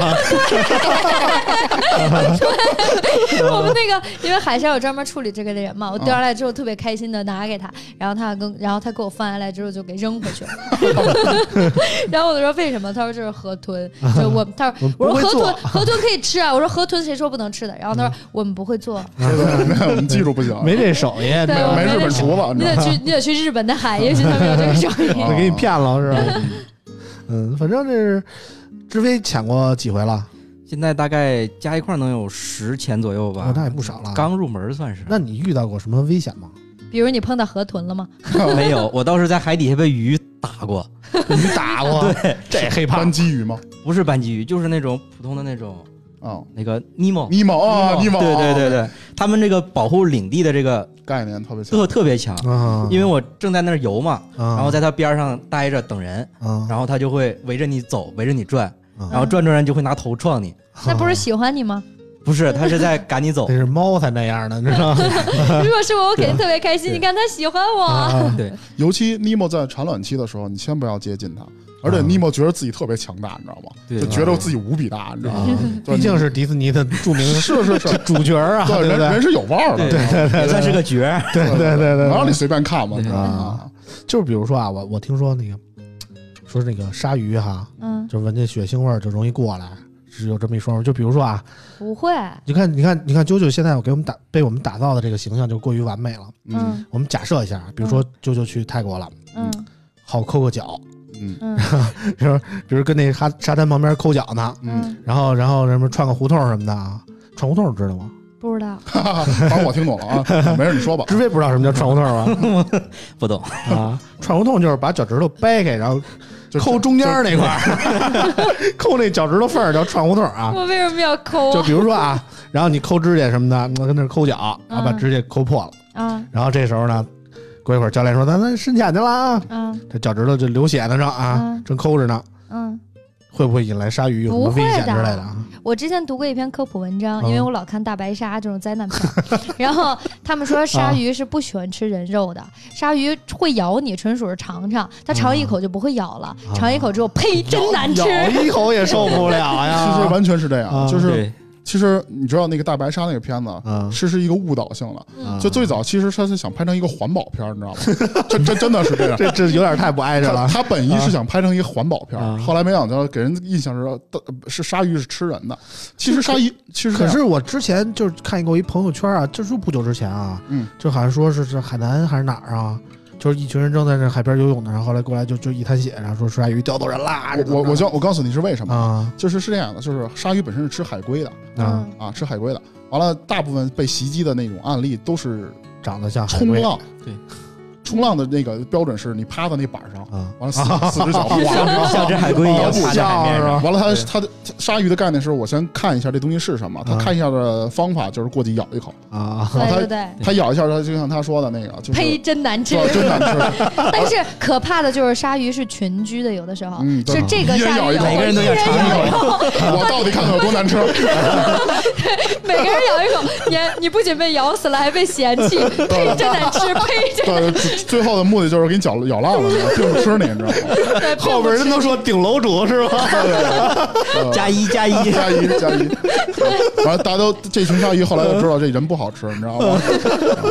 对，我们那个因为海上有专门处理这个的人嘛，我钓上来之后特别开心的拿给他，然后他跟然后他给我放下来之后就给扔回去了。然后我就说为什么？他说这是河豚，就我他说我说河豚河豚可以吃啊，我说河豚谁说不能吃的？然后他说我们不会做， 我们技术不行， 没这手艺， 对， 没日本厨子， 你得去你得去日本的海，也许他们有这个手艺， 就给你骗了是吧？嗯，反正这是志飞潜过几回了。 现在大概加一块能有十潜左右吧， 哦，那也不少了， 刚入门算是。 那你遇到过什么危险吗？ 比如你碰到河豚了吗？ 没有，我倒是在海底下被鱼打过。 鱼打过？ 对， 这黑怕。 斑鲫鱼吗？ 不是斑鲫鱼，就是那种普通的那种， 哦， 那个尼莫。 尼莫啊，尼莫。 对对对对，他们这个保护领地的这个概念特别强， 特特别强。 啊， 因为我正在那儿游嘛， 啊、 然后在他边上待着等人， 啊、 然后他就会围着你走，围着你转。然后转转人就会拿头撞你， 那不是喜欢你吗？ 不是，他是在赶你走。 那是猫才那样的，你知道吗？ 如果是我，我肯定特别开心。你看他喜欢我。 对， 尤其尼莫在产卵期的时候，你千万不要接近他。而且尼莫觉得自己特别强大，你知道吗？就觉得自己无比大，你知道吗？ 毕竟是迪士尼的著名是是是主角啊， 对人人是有腕儿的， 对对对，也算是个角儿。 对对对对， 能让你随便看吗？ 啊，就是比如说啊，我我听说那个。说那个鲨鱼哈， 嗯， 就闻见血腥味儿就容易过来，是有这么一说法。就比如说啊， 不会， 你看，你看，你看，啾啾现在我给我们打被我们打造的这个形象就过于完美了。 嗯， 我们假设一下，比如说啾啾去泰国了， 嗯， 好抠个脚， 嗯， 比如比如跟那沙沙滩旁边抠脚呢， 嗯， 然后然后什么串个胡同什么的啊，串胡同知道吗？ 不知道， 把我听懂了啊，没事你说吧。 志飞不知道什么叫串胡同吗？ 不懂啊，串胡同就是把脚趾头掰开，然后抠中间那块儿，抠那脚趾头缝儿叫串胡同啊。 我为什么要抠、啊？ 就比如说啊，然后你抠指甲什么的，我跟那抠脚，然后把指甲抠破了， 嗯， 然后这时候呢，过一会儿教练说：“咱咱深潜去了啊。” 嗯， 这脚趾头就流血呢，正啊， 嗯、 正抠着呢。 嗯， 会不会引来鲨鱼有什么危险之类的啊？ 我之前读过一篇科普文章，因为我老看大白鲨这种灾难片，嗯、然后他们说鲨鱼是不喜欢吃人肉的，啊、鲨鱼会咬你，纯属是尝尝，它尝一口就不会咬了，啊、尝一口之后，呸，真难吃， 咬一口也受不了呀。 其实完全是这样， 啊、 就是。其实你知道那个大白鲨那个片子， 嗯， 是是一个误导性的。嗯、就最早其实他是想拍成一个环保片，你知道吗？这这真的是这样， 这这有点太不挨着了。 他本意是想拍成一个环保片， 啊、 后来没想到给人印象是是鲨鱼是吃人的。其实鲨鱼其实可是我之前就是看过一朋友圈啊，这是不久之前啊， 嗯， 就好像说是是海南还是哪儿啊。就是一群人正在这海边游泳呢，然后后来过来就就一滩血，然后说鲨鱼钓到人啦。 我我我告我告诉你是为什么啊？ 就是是这样的，就是鲨鱼本身是吃海龟的啊啊，吃海龟的。完了，大部分被袭击的那种案例都是长得像海龟。 冲浪， 对。 冲浪的那个标准是你趴在那板上， 啊、 完了四四只脚滑， 像只海龟一样趴在海面上。 完了它，它它的鲨鱼的概念是我先看一下这东西是什么，他看一下的方法就是过去咬一口啊， 对对对， 他咬一下，他就像他说的那个，就是呸，真难吃， 真难吃。 但是可怕的就是鲨鱼是群居的，有的时候、 嗯、 是这个鲨鱼， 每个人都要尝一口， 我到底看看有多难吃。 每个人咬一口，你你不仅被咬死了，还被嫌弃，呸，真难吃，呸，真难吃。 最后的目的就是给你咬咬烂了，并不吃你，你知道吗？ 对， 后边人都说顶楼主是吧？ 加一加一加一加一。完了，大家都这群鲨鱼后来就知道这人不好吃，你知道吗？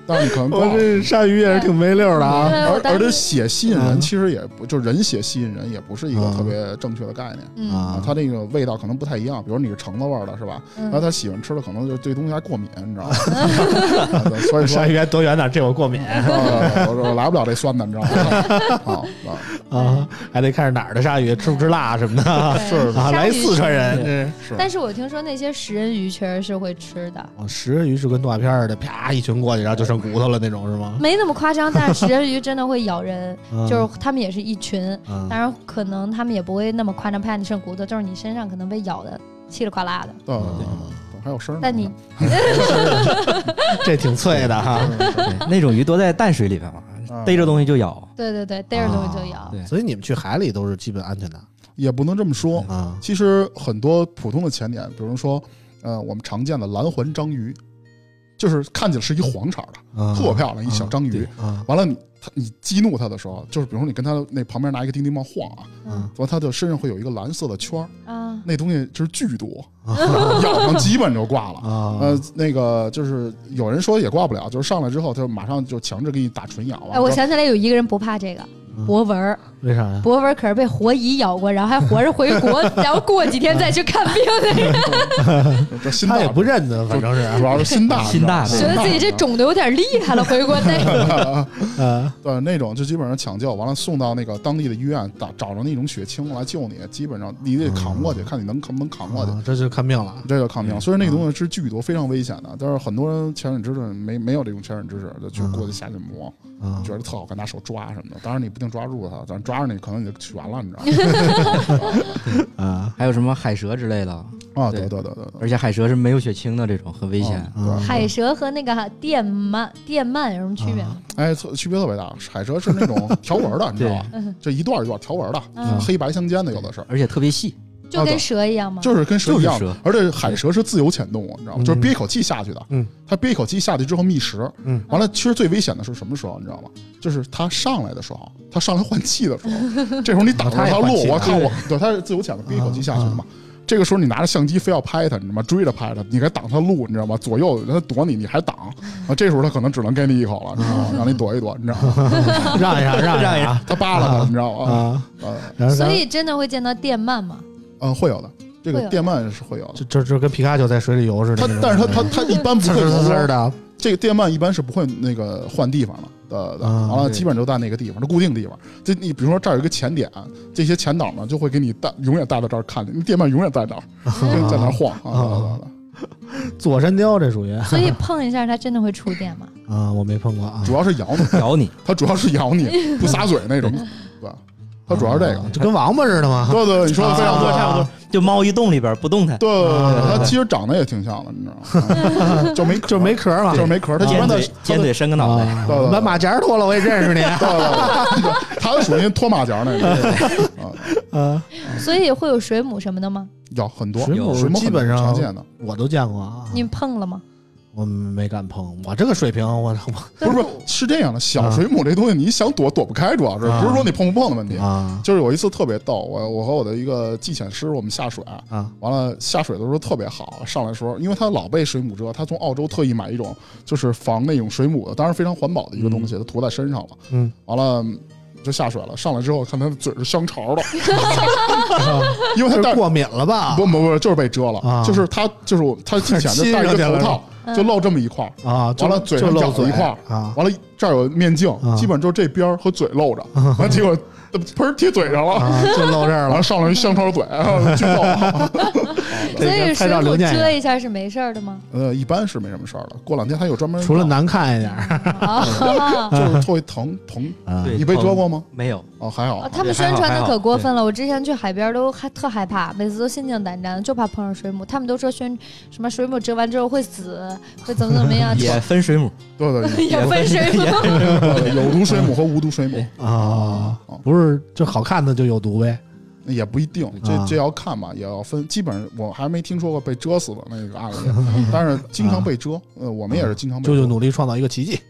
但是你可能我这鲨鱼也是挺没溜的啊。 而而且血吸引人，其实也不就人血吸引人，也不是一个特别正确的概念啊。它这个味道可能不太一样，比如你是橙子味的，是吧？然后他喜欢吃的可能就对东西还过敏，你知道吗？所以鲨鱼躲远点，这我过敏， 我来不了这酸的，你知道吗？ 啊啊，还得看是哪儿的鲨鱼，吃不吃辣什么的。是啊，来四川人， 是。但是我听说那些食人鱼确实是会吃的。 哦，食人鱼是跟动画片似的，啪一群过去，然后就剩骨头了那种，是吗？ 没那么夸张，但是食人鱼真的会咬人，就是他们也是一群，当然可能他们也不会那么夸张，怕你剩骨头，就是你身上可能被咬的稀里哗啦的。 对对对，还有声。 但你这挺脆的哈， 那种鱼多在淡水里边嘛。逮着东西就咬， 对对对，逮着东西就咬。 所以你们去海里都是基本安全的， 也不能这么说啊。其实很多普通的潜点，比如说，呃，我们常见的蓝环章鱼，就是看起来是一黄色的，特漂亮一小章鱼。完了你你激怒它的时候，就是比如说你跟它那旁边拿一个叮叮棒晃啊，完了它的身上会有一个蓝色的圈啊，那东西就是剧毒，咬上基本就挂了。呃，那个就是有人说也挂不了，就是上来之后他马上就强制给你打纯咬。 哎，我想起来有一个人不怕这个。博文， 为啥呀？ 博文可是被活蚁咬过，然后还活着回国，然后过几天再去看病的人。 他也不认得，反正是主要是心大， 心大， 觉得自己这肿的有点厉害了，回国那个。对，那种就基本上抢救完了，送到那个当地的医院，找找着那种血清来救你，基本上你得扛过去，看你能扛不能扛过去。 这就看病了， 这就看病。虽然那个东西是剧毒，非常危险的，但是很多人潜水知识没没有这种潜水知识，就去过去下去磨，觉得特好看，拿手抓什么的。当然你不一定抓住它，咱抓着你可能你就悬了，你知道吗？ 啊，还有什么海蛇之类的啊？对对对对， 而且海蛇是没有血清的，这种很危险。 海蛇和那个电鳗电鳗有什么区别吗？ 哎，区别特别大。海蛇是那种条纹的，你知道吧？这一段一段条纹的，黑白相间的，有的是， 而且特别细。 就跟蛇一样吗？ 就是跟蛇一样，而且海蛇是自由潜动物，你知道吗？就是憋一口气下去的。嗯，它憋一口气下去之后觅食。嗯，完了，其实最危险的是什么时候？你知道吗？就是它上来的时候，它上来换气的时候，这时候你挡着它路，我看我，对，它是自由潜的，憋一口气下去的嘛。这个时候你拿着相机非要拍它，你知道吗？追着拍它，你该挡它路，你知道吗？左右让它躲你，你还挡啊？这时候它可能只能给你一口了，你知道吗？让你躲一躲，你知道吗？ 让一下，让一下， 它扒拉它，你知道吗？ 啊，所以真的会见到电鳗吗？ 嗯，会有的。这个电鳗是会有的， 就就就跟皮卡丘在水里游似的。 它，但是它它它一般不会滋滋的。这个电鳗一般是不会那个换地方的，的，完了基本就在那个地方，是固定地方。这你比如说这儿有一个潜点，这些潜导呢就会给你带，永远带到这儿看着，电鳗永远在这儿，在那儿晃啊。 左山雕这属于， 所以碰一下它真的会触电吗？ 啊，我没碰过啊， 主要是咬你， 咬你， 它主要是咬你，不撒嘴那种，对吧？它主要是这个， 就跟王八似的嘛。 对对，你说的非常多，差不多。就猫一洞里边不动弹。 对对对，它其实长得也挺像的，你知道吗？就没就没壳嘛， 就是没壳。它一般的尖嘴伸个脑袋， 把马甲脱了我也认识你。 它属于脱马甲那个。 啊， 所以会有水母什么的吗？ 有很多， 水母基本上常见的我都见过啊。 你碰了吗？ 我没敢碰，我这个水平，我我不是不是是这样的，小水母这东西你想躲躲不开，主要是不是说你碰不碰的问题啊。就是有一次特别逗，我我和我的一个技潜师，我们下水啊，完了下水的时候特别好，上来的时候，因为他老被水母蛰，他从澳洲特意买一种就是防那种水母的，当然非常环保的一个东西，他涂在身上了，嗯，完了。就下水了，上来之后看他的嘴是香肠的，因为他戴过敏了吧？ 不不不，就是被蛰了，啊、就是他就是他之前就戴一个头套，就露这么一块啊，完了嘴上咬了一块啊，完了这儿有面镜，啊、基本上就是这边和嘴露着，完、啊、结果喷贴嘴上了， 啊、就露这儿了， 完了上来一香肠嘴，巨逗。 所以水母蛰一下是没事的吗？ 呃，一般是没什么事儿的。过两天还有专门， 除了难看一点， 就是特别疼疼。你被蛰过吗？ 没有哦，还好。 他们宣传的可过分了。我之前去海边都还特害怕，每次都心惊胆战，就怕碰上水母。他们都说宣什么水母蛰完之后会死，会怎么怎么样？ 也分水母， 对对， 也分水母， 有毒水母和无毒水母啊，不是就好看的就有毒呗。 也不一定，这这要看嘛，也要分。基本上我还没听说过被蛰死的那个案例，但是经常被蛰。呃，我们也是经常被蛰。 就就努力创造一个奇迹。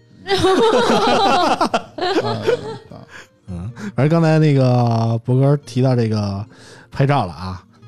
嗯，而刚才那个博哥提到这个拍照了啊，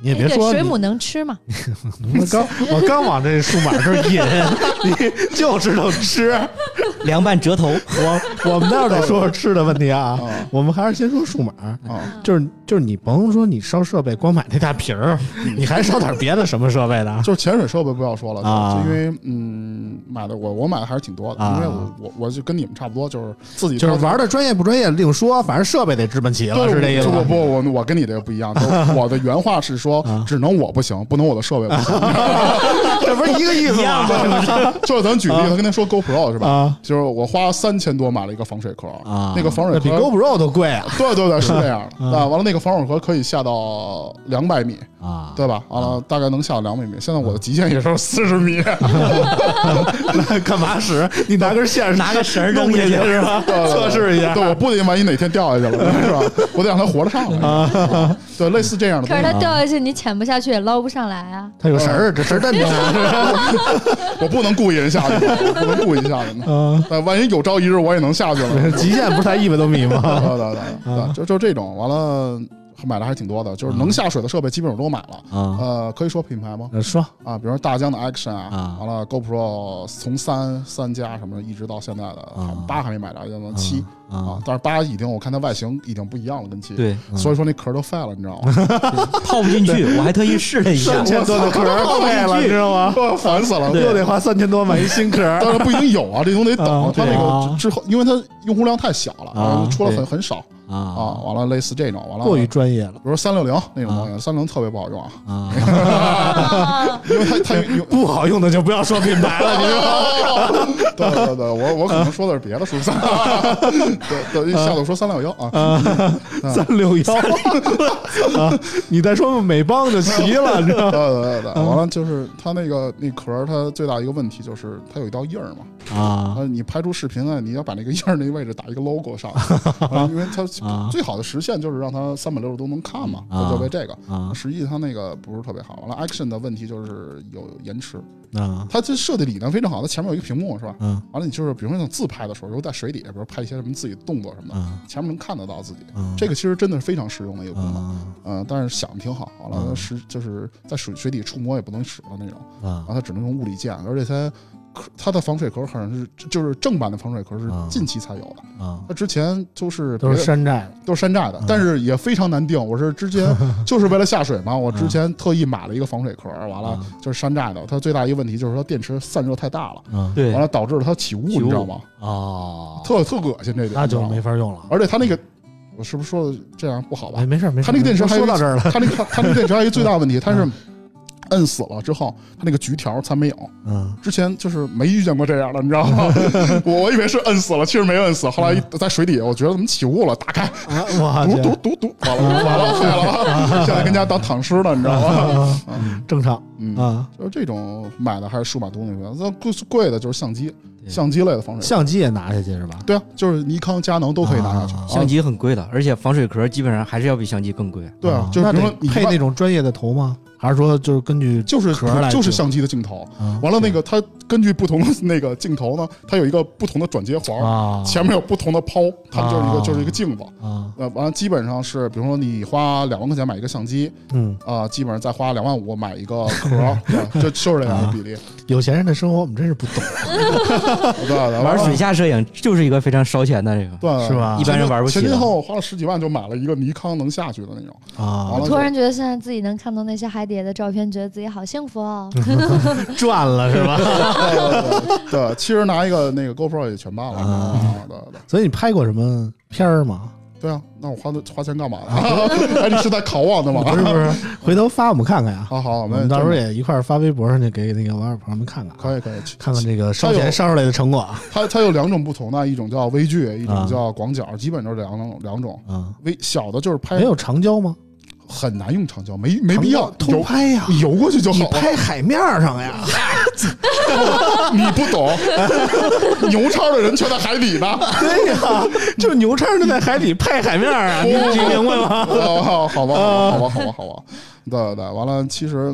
你也别说水母能吃吗？ 我刚我刚往这数码这引，你就知道吃， 凉拌折头。 我我们待会儿再说说吃的问题啊，我们还是先说数码，就是就是你甭说你烧设备光买那大瓶儿，你还烧点别的什么设备的？ 就是潜水设备不要说了，啊、就因为嗯买的我我买的还是挺多的，啊、因为我我我就跟你们差不多，就是自己就是玩的专业不专业另说，反正设备得置办齐了，是这意思。 不不我我跟你这个不一样，我的原话是说，只能我不行，不能我的设备不行， 这不是一个意思吗？ 就是咱举例，他跟他说 GoPro 是吧？啊、就是我花三千多买了一个防水壳，啊、那个防水壳比 GoPro 都贵啊！ 对对对，是这样的。啊，完了那个防水壳可以下到两百米啊，对吧？完了大概能下到两百米。现在我的极限也是四十米， 那干嘛使？你拿根线， 拿个绳弄下去是吧？测试一下。 对，我不得万一哪天掉下去了，是吧？我得让它活着上来啊。对，类似这样的。 可是它掉下去，你潜不下去，也捞不上来啊。 它有绳儿，这绳儿蹬着。 我不能故意人下去，我不能故意下去呢。嗯，但万一有朝一日我也能下去了。 极限不是才一百多米吗？ 对对对，就就这种。完了。买的还挺多的，就是能下水的设备基本上都买了。啊、呃，可以说品牌吗？ 说啊，比如说大疆的 Action 啊，完了 GoPro 从三三加什么一直到现在的八、啊、还没买着，要么七啊，但是八已经我看它外形已经不一样了，跟七。 对， 所以说那壳都废了，你知道吗？ 泡不进去，我还特意试了一下， 三千多的壳废了，你知道吗？ 烦死了， 又得花三千多买一新壳。 当然不一定有啊，这东西得等。它那个之后，因为它用户量太小了，啊、出了很很少。啊啊！完了，类似这种，完了过于专业了。 比如说三六零那种东西，三六零特别不好用啊，啊因为它它不好用的就不要说品牌了，你知道吗？ 对对对，我我可能说的是别的数字，对对，下次说三六幺啊， 三六幺啊，你再说美邦就齐了，你知道吗？ 对对对，完了就是它那个那壳，它最大一个问题就是它有一道印儿嘛，啊，你拍出视频啊，你要把那个印儿那个位置打一个 logo 上，因为它。啊、最好的实现就是让它三百六十度能看嘛，啊、就为这个。啊、实际它那个不是特别好。完了 ，Action 的问题就是有延迟。啊，它这设计理念非常好，它前面有一个屏幕是吧？嗯。完了，你就是比如说那种自拍的时候，如果在水底下，比如拍一些什么自己动作什么的，啊、前面能看得到自己。啊、这个其实真的是非常实用的一个功能。嗯、啊，但是想挺好。完了，实就是在水水底触摸也不能使了那种。啊。然后它只能用物理键，而且它。它的防水壳好像是就是正版的防水壳是近期才有的啊，它之前就是都是山寨的， 都是山寨的，但是也非常难定。我是之前就是为了下水嘛，我之前特意买了一个防水壳，完了就是山寨的。它最大一个问题就是说电池散热太大了，对，完了导致了它起雾，你知道吗？啊，特特恶心这点， 那就没法用了。 而且它那个，我是不是说的这样不好吧？ 哎，没事没事。 它那个电池还说到这儿了， 它那个它那个电池还有一个最大问题，它是。摁死了之后，它那个橘条才没有。嗯，之前就是没遇见过这样的，你知道吗？我以为是摁死了，其实没摁死。后来在水底，我觉得怎么起雾了，打开，哇，嘟嘟嘟嘟，完了完了废了，现在跟家当躺尸了，你知道吗？ 正常， 嗯啊，就是这种买的还是数码东西，那贵贵的就是相机。相机类的防水， 相机也拿下去是吧？ 对啊，就是尼康、佳能都可以拿下去。 啊、相机很贵的，而且防水壳基本上还是要比相机更贵。 对啊，就是比如说你配那种专业的头吗？还是说就是根据就是就是相机的镜头？啊、完了那个它根据不同的那个镜头呢，它有一个不同的转接环，啊、前面有不同的抛，它们就是一个、啊、就是一个镜子。啊，呃，完了基本上是，比如说你花两万块钱买一个相机，嗯啊、呃，基本上再花两万五买一个壳，对，就就是这样的比例。 有钱人的生活我们真是不懂。 对对， 玩水下摄影就是一个非常烧钱的这个， 对， 是吧？ 一般人玩不起。 前前后后花了十几万就买了一个尼康能下去的那种啊！我突然觉得现在自己能看到那些海底的照片，觉得自己好幸福哦， 赚了是吧？ 对, 对, 对，其实拿一个那个 GoPro 也全办了啊！对对， 所以你拍过什么片儿吗？ 对啊，那我花花钱干嘛呢？哎，你是在考我的吗？ 不是不是，回头发我们看看呀。 好好，我们到时候也一块儿发微博上去，给那个网友朋友们看看。 可以可以， 看看这个烧钱烧出来的成果。 它它有两种不同的，一种叫微距，一种叫广角，基本就是两种两种。啊，微小的就是拍， 没有长焦吗？ 很难用长焦，没没必要偷拍呀， 你游过去就好了。 你拍海面上呀， 你不懂，牛叉的人全在海底呢。 对呀，就牛叉就在海底拍海面啊，你明白吗？ 好吧，好吧，好吧，好吧，好吧。对对，完了，其实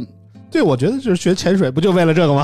对，我觉得就是学潜水不就为了这个吗？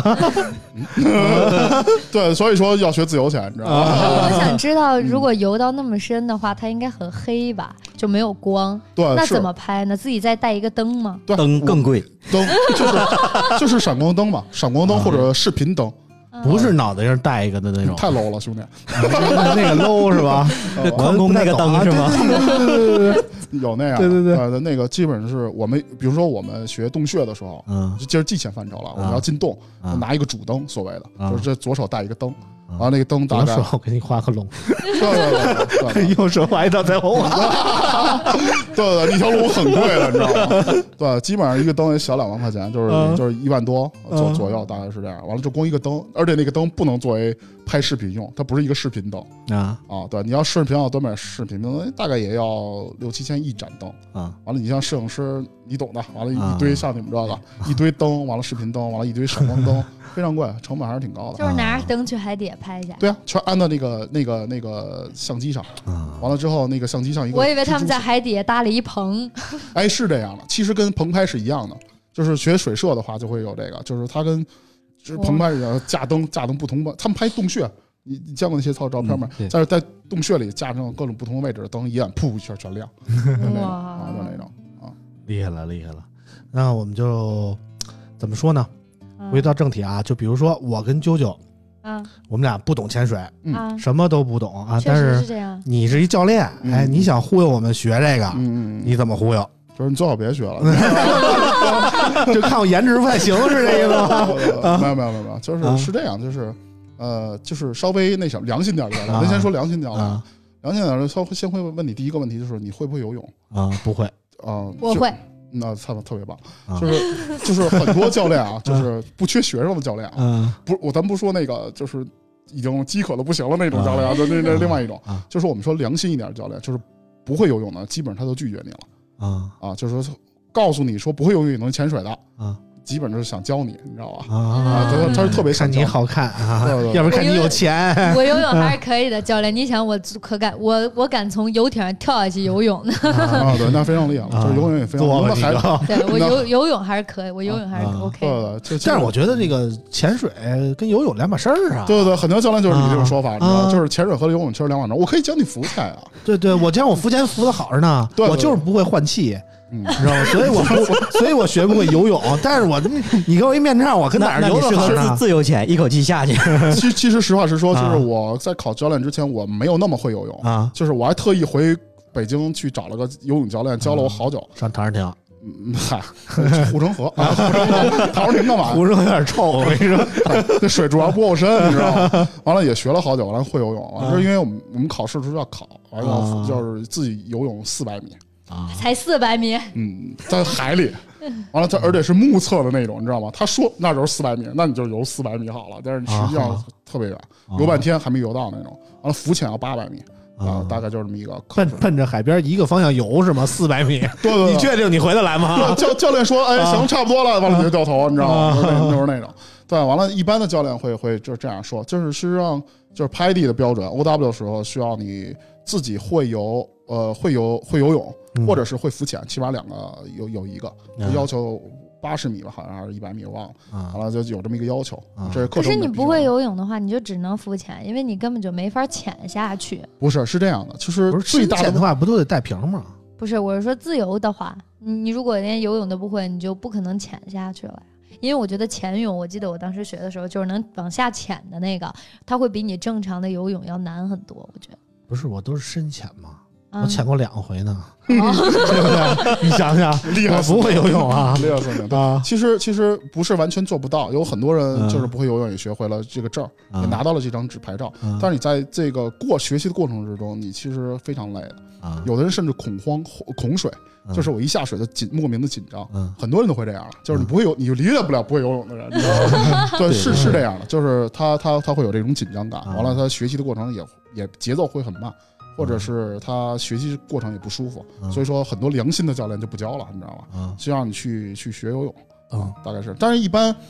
对，所以说要学自由潜，你知道吗？ 我想知道，如果游到那么深的话，它应该很黑吧？就没有光。 对， 那怎么拍呢？自己再带一个灯吗？ 对， 灯更贵， 灯就是就是闪光灯嘛，闪光灯或者视频灯。 不是脑袋上带一个的那种， 太 low 了，兄弟。 那个 low 是吧？ 矿工那个灯是吗？ 有那样， 对对对， 呃，那个基本上是我们，比如说我们学洞穴的时候，嗯，就接着技潜范畴了，我们要进洞，拿一个主灯，所谓的就是这左手带一个灯，然后那个灯大概， 我给你画个龙， 对对对， 右手画一道彩虹， 对对，那条龙很贵的，你知道吗？对，基本上一个灯也小两万块钱，就是就是一万多左左右，大概是这样。完了就光一个灯，而且那个灯不能作为拍视频用，它不是一个视频灯啊啊！对，你要视频要多买视频灯，大概也要六七千一盏灯啊。完了，你像摄影师，你懂的。完了，一堆像你们这个一堆灯，完了视频灯，完了一堆闪光灯，非常贵，成本还是挺高的。 就是拿着灯去海底下拍一下。 对啊，全安到那个那个那个相机上。完了之后，那个相机上一个， 我以为他们在海底下搭了一棚。 哎，是这样的，其实跟棚拍是一样的。就是学水摄的话，就会有这个，就是它跟就是棚拍一样，架灯架灯不同吧。他们拍洞穴，你你见过那些照照片吗？在、嗯、在洞穴里架上各种不同位置的灯，一眼噗一下全亮，哇，啊，就那种啊， 厉害了厉害了。那我们就怎么说呢？回到正题啊，就比如说我跟啾啾，嗯，我们俩不懂潜水，嗯，什么都不懂啊，但是你是一教练， 嗯、 哎，你想忽悠我们学这个，嗯，你怎么忽悠？ 就是你最好别学了， 就看我颜值不太行，是这个吗？ 没有没有没有没有，就是是这样，就是呃，就是稍微那什么良心点的，咱先说良心点了，良心点的，稍先会问你第一个问题就是你会不会游泳啊？不会啊， 我会。 那特特别棒，就是就是很多教练啊，就是不缺学生的教练啊，不，我咱不说那个就是已经饥渴的不行了那种教练啊，就那那另外一种，就是我们说良心一点的教练，就是不会游泳的，基本上他都拒绝你了。啊啊，就是说告诉你说不会游泳也能潜水的啊，基本就是想教你，你知道吧？啊，他他是特别看你好看啊，要不看你有钱。 我游泳还是可以的，教练，你想我可敢，我我敢从游艇上跳下去游泳呢。 啊，对，那非常厉害了，就是游泳也非常厉害。 对我游游泳还是可以，我游泳还是 OK。 对， 但是我觉得这个潜水跟游泳两码事儿啊。 对对，很多教练就是你这种说法，你知道，就是潜水和游泳其实两码事儿。我可以教你浮潜啊。 对对，我教我浮潜浮的好着呢，我就是不会换气。你知道吗？所以我不，所以我学不会游泳。但是我你给我一面罩，我跟哪儿游的好呢？自由潜，一口气下去。 其其实实话实说，就是我在考教练之前，我没有那么会游泳啊。就是我还特意回北京去找了个游泳教练，教了我好久。 上唐人亭， 嗯，嗨，护城河啊，护城河，唐人亭干嘛？ 护城河有点臭，我跟你说， 这水主要不够深，你知道吗？完了也学了好久，完了会游泳。完了，因为我们我们考试的时候要考，完了就是自己游泳四百米。 啊，才四百米， 嗯，在海里，完了，它而且是目测的那种，你知道吗？他说那就是四百米，那你就游四百米好了，但是实际上特别远，啊、游半天还没游到那种。完了，浮潜要八百米啊，大概就是这么一个。 奔奔着海边一个方向游是吗？四百米， 对对对， 你确定你回得来吗？ 教教练说，哎，行，差不多了，完了你就掉头，你知道吗？就是那种。对，完了，一般的教练会会就这样说，就是实际上就是拍地的标准 ，O W 的时候需要你自己会游，呃，会游会游泳。或者是会浮潜，起码两个有有一个要求八十米吧，好像还是一百米，我忘了。完了就有这么一个要求。这是课程。 可是你不会游泳的话，你就只能浮潜，因为你根本就没法潜下去。 不是，是这样的，就是最大的的话，不都得带瓶吗？ 不是，我是说自由的话，你你如果连游泳都不会，你就不可能潜下去了。因为我觉得潜泳，我记得我当时学的时候，就是能往下潜的那个，它会比你正常的游泳要难很多。我觉得不是，我都是深潜嘛。我潜过两回呢，对不对？你想想，我不会游泳啊， 厉害死你啊！其实其实不是完全做不到，有很多人就是不会游泳也学会了这个证，也拿到了这张纸牌照。但是你在这个过学习的过程之中，你其实非常累的。有的人甚至恐慌恐水，就是我一下水就紧莫名的紧张。很多人都会这样，就是你不会游，你就理解不了不会游泳的人，你知道吗？对，是是这样的，就是他他他会有这种紧张感，完了他学习的过程也也节奏会很慢。或者是他学习过程也不舒服，嗯、所以说很多良心的教练就不教了，你知道吗？嗯、就让你去去学游泳，嗯，大概是。但是一般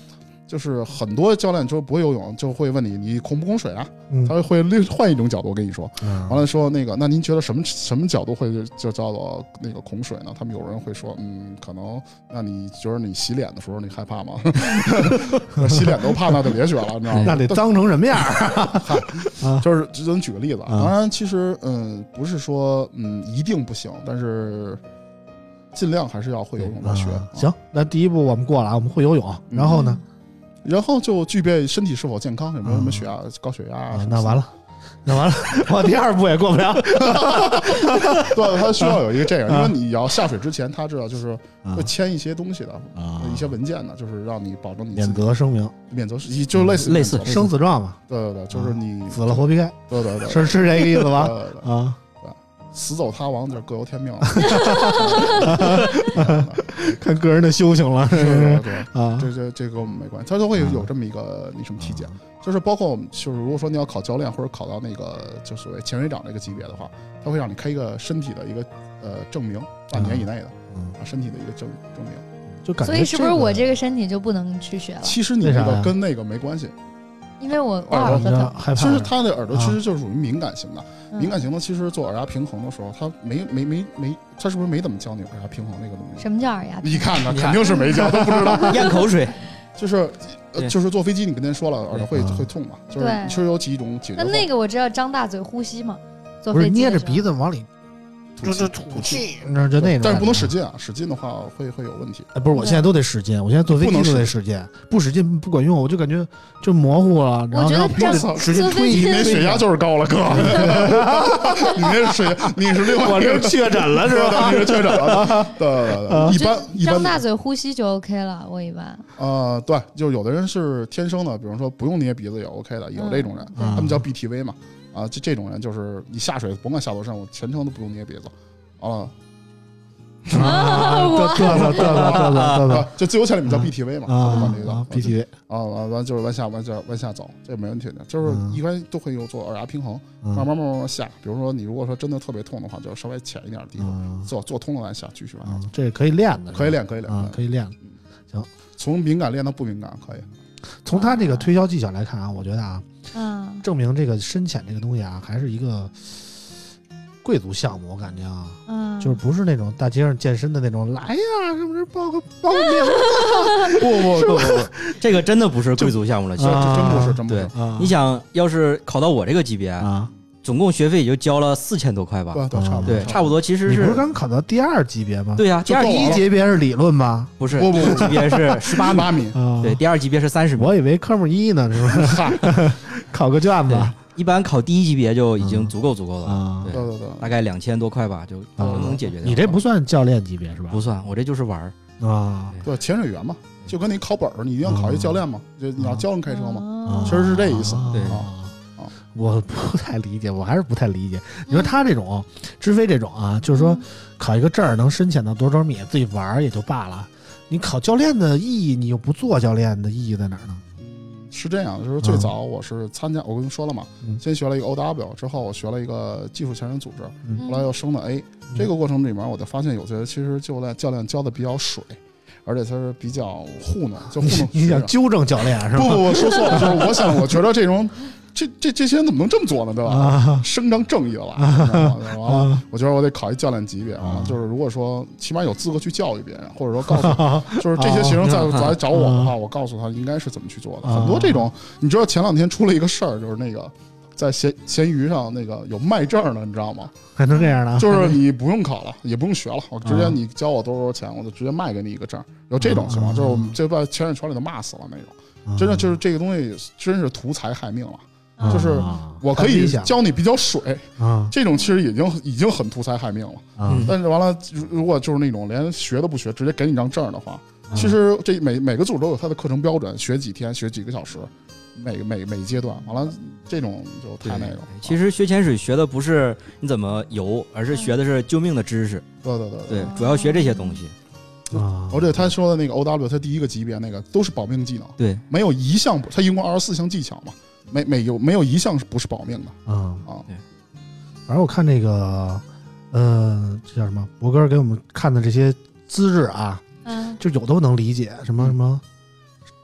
就是很多教练就不会游泳，就会问你你恐不恐水啊？ 嗯、 他会另换一种角度跟你说， 嗯、 完了说那个，那您觉得什么什么角度会就叫做那个恐水呢？他们有人会说，嗯，可能那你觉得你洗脸的时候你害怕吗？洗脸都怕，那就别学了，你知道吗？ 那得脏成什么样啊？就是只能举个例子，当然其实嗯不是说嗯一定不行，但是。尽量还是要会游泳再学、 啊。行，那第一步我们过了，我们会游泳，然后呢？ 然后就具备身体是否健康，有没有什么血压、高血压啊？ 那完了，那完了，我第二步也过不了。 对，他需要有一个这样，因为你要下水之前，他知道就是会签一些东西的啊， 一些文件的，就是让你保证你免责声明， 免责就类似类似生死状嘛。 对对对，就是你死了活皮开。 对对对， 是是这个意思吧？ 对对对啊。 死走他亡，就是各有天命了。 看个人的修行了， 是是对啊， 这这这跟我们没关系，他都会有这么一个那什么体检，就是包括我们就是如果说你要考教练或者考到那个就所谓前队长这个级别的话，他会让你开一个身体的一个呃证明，半年以内的，啊身体的一个证证明， 就感觉所以是不是我这个身体就不能去学了？ 其实你这个跟那个没关系。 因为我我耳朵疼， 其实他的耳朵其实就是属于敏感型的，啊、敏感型的其实做耳压平衡的时候，他没没没没，他是不是没怎么教你耳压平衡那个东西？ 什么叫耳压平衡？ 你看呢，肯定是没教，都不知道。 咽口水， 就是呃，就是坐飞机，你跟人说了，耳朵会会痛嘛？就是其实有几种解决。 那那个我知道，张大嘴呼吸嘛，坐飞机不是捏着鼻子往里。就是吐气，那就那种， 但是不能使劲啊！使劲的话会会有问题。 哎，不是，我现在都得使劲，我现在坐飞机都得使劲，不使劲不管用，我就感觉就模糊了。然后然后使劲推， 你那血压就是高了，哥。你那血，你是另外， 我这确诊了是吧？ 你是确诊了。对对对，一般一般张大嘴呼吸就 OK 了，我一般。 呃，对，就有的人是天生的，比如说不用捏鼻子也 OK 的，有这种人，他们叫 B T V 嘛。啊，这这种人就是你下水甭管下多深，我全程都不用捏鼻子，完了， 啊，嘚瑟嘚瑟嘚瑟嘚瑟， 就自由潜里面叫 B T V 嘛， 啊这个 B T V 啊，完完就是往下往下往下走，这没问题的，就是一般都会有做耳压平衡，慢慢慢慢下。比如说你如果说真的特别痛的话，就稍微浅一点的地方做做通了再下，继续往下。 这可以练的， 可以练，可以练， 可以练。行， 从敏感练到不敏感可以。 从他这个推销技巧来看啊，我觉得啊， 嗯， 证明这个深潜这个东西啊，还是一个贵族项目，我感觉啊， 嗯， 就是不是那种大街上健身的那种，来呀，是不是报个报个名？ 不不不不不，这个真的不是贵族项目了， 其实真不是，真不是。你想要是考到我这个级别啊。总共学费也就交了四千多块吧， 对，差不多， 对，差不多。其实是你不是刚考到第二级别吗？ 对呀，第二第一级别是理论吗？ 不是，不不，级别是十八米，对，第二级别是三十米。 我以为科目一呢，是吧？考个卷子， 一般考第一级别就已经足够足够了， 对对对， 大概两千多块吧，就就能解决掉。 你这不算教练级别是吧？ 不算，我这就是玩啊， 对，潜水员嘛，就跟你考本儿，你一定要考一教练嘛，就你要教人开车嘛，其实是这意思， 对啊。 我不太理解，我还是不太理解。你说他这种知飞这种啊，就是说考一个证能深潜到多少米，自己玩也就罢了。你考教练的意义，你又不做教练的意义在哪儿呢？ 是这样，就是最早我是参加，我跟你说了嘛，先学了一个 O W， 之后我学了一个技术潜水组织，后来又升的 A。这个过程里面，我就发现有些其实教练教练教的比较水。而且他是比较糊弄，就糊弄。 你想纠正教练是吧？ 不不不，说错了，就是我想，我觉得这种，这这这些人怎么能这么做呢？对吧？啊、伸张正义的了，完了，我觉得我得考一教练级别啊。就是如果说起码有资格去教育别人，或者说告诉，就是这些学生再来找我的话，我告诉他应该是怎么去做的。很多这种，你知道前两天出了一个事儿，就是那个。在闲闲鱼上那个有卖证的，你知道吗？ 还能这样呢？ 就是你不用考了，也不用学了，我直接你交我多少多少钱，我就直接卖给你一个证。有这种情况，就是我们就把潜水船里都骂死了那种。真的就是这个东西，真是图财害命了。就是我可以教你比较水，这种其实已经已经很图财害命了。但是完了，如果就是那种连学都不学，直接给你张证的话，其实这每每个组都有它的课程标准，学几天，学几个小时。每个每每一阶段，完了这种就太那个。 其实学潜水学的不是你怎么游，而是学的是救命的知识。 对对对对，主要学这些东西。 啊，而且他说的那个 O W， 他第一个级别那个都是保命技能。 对， 没有一项，他一共二十四项技巧嘛，没没有没有一项是不是保命的啊啊？ 对。 反正我看这个，呃，这叫什么？博哥给我们看的这些资质啊， 嗯， 就有的我能理解，什么什么。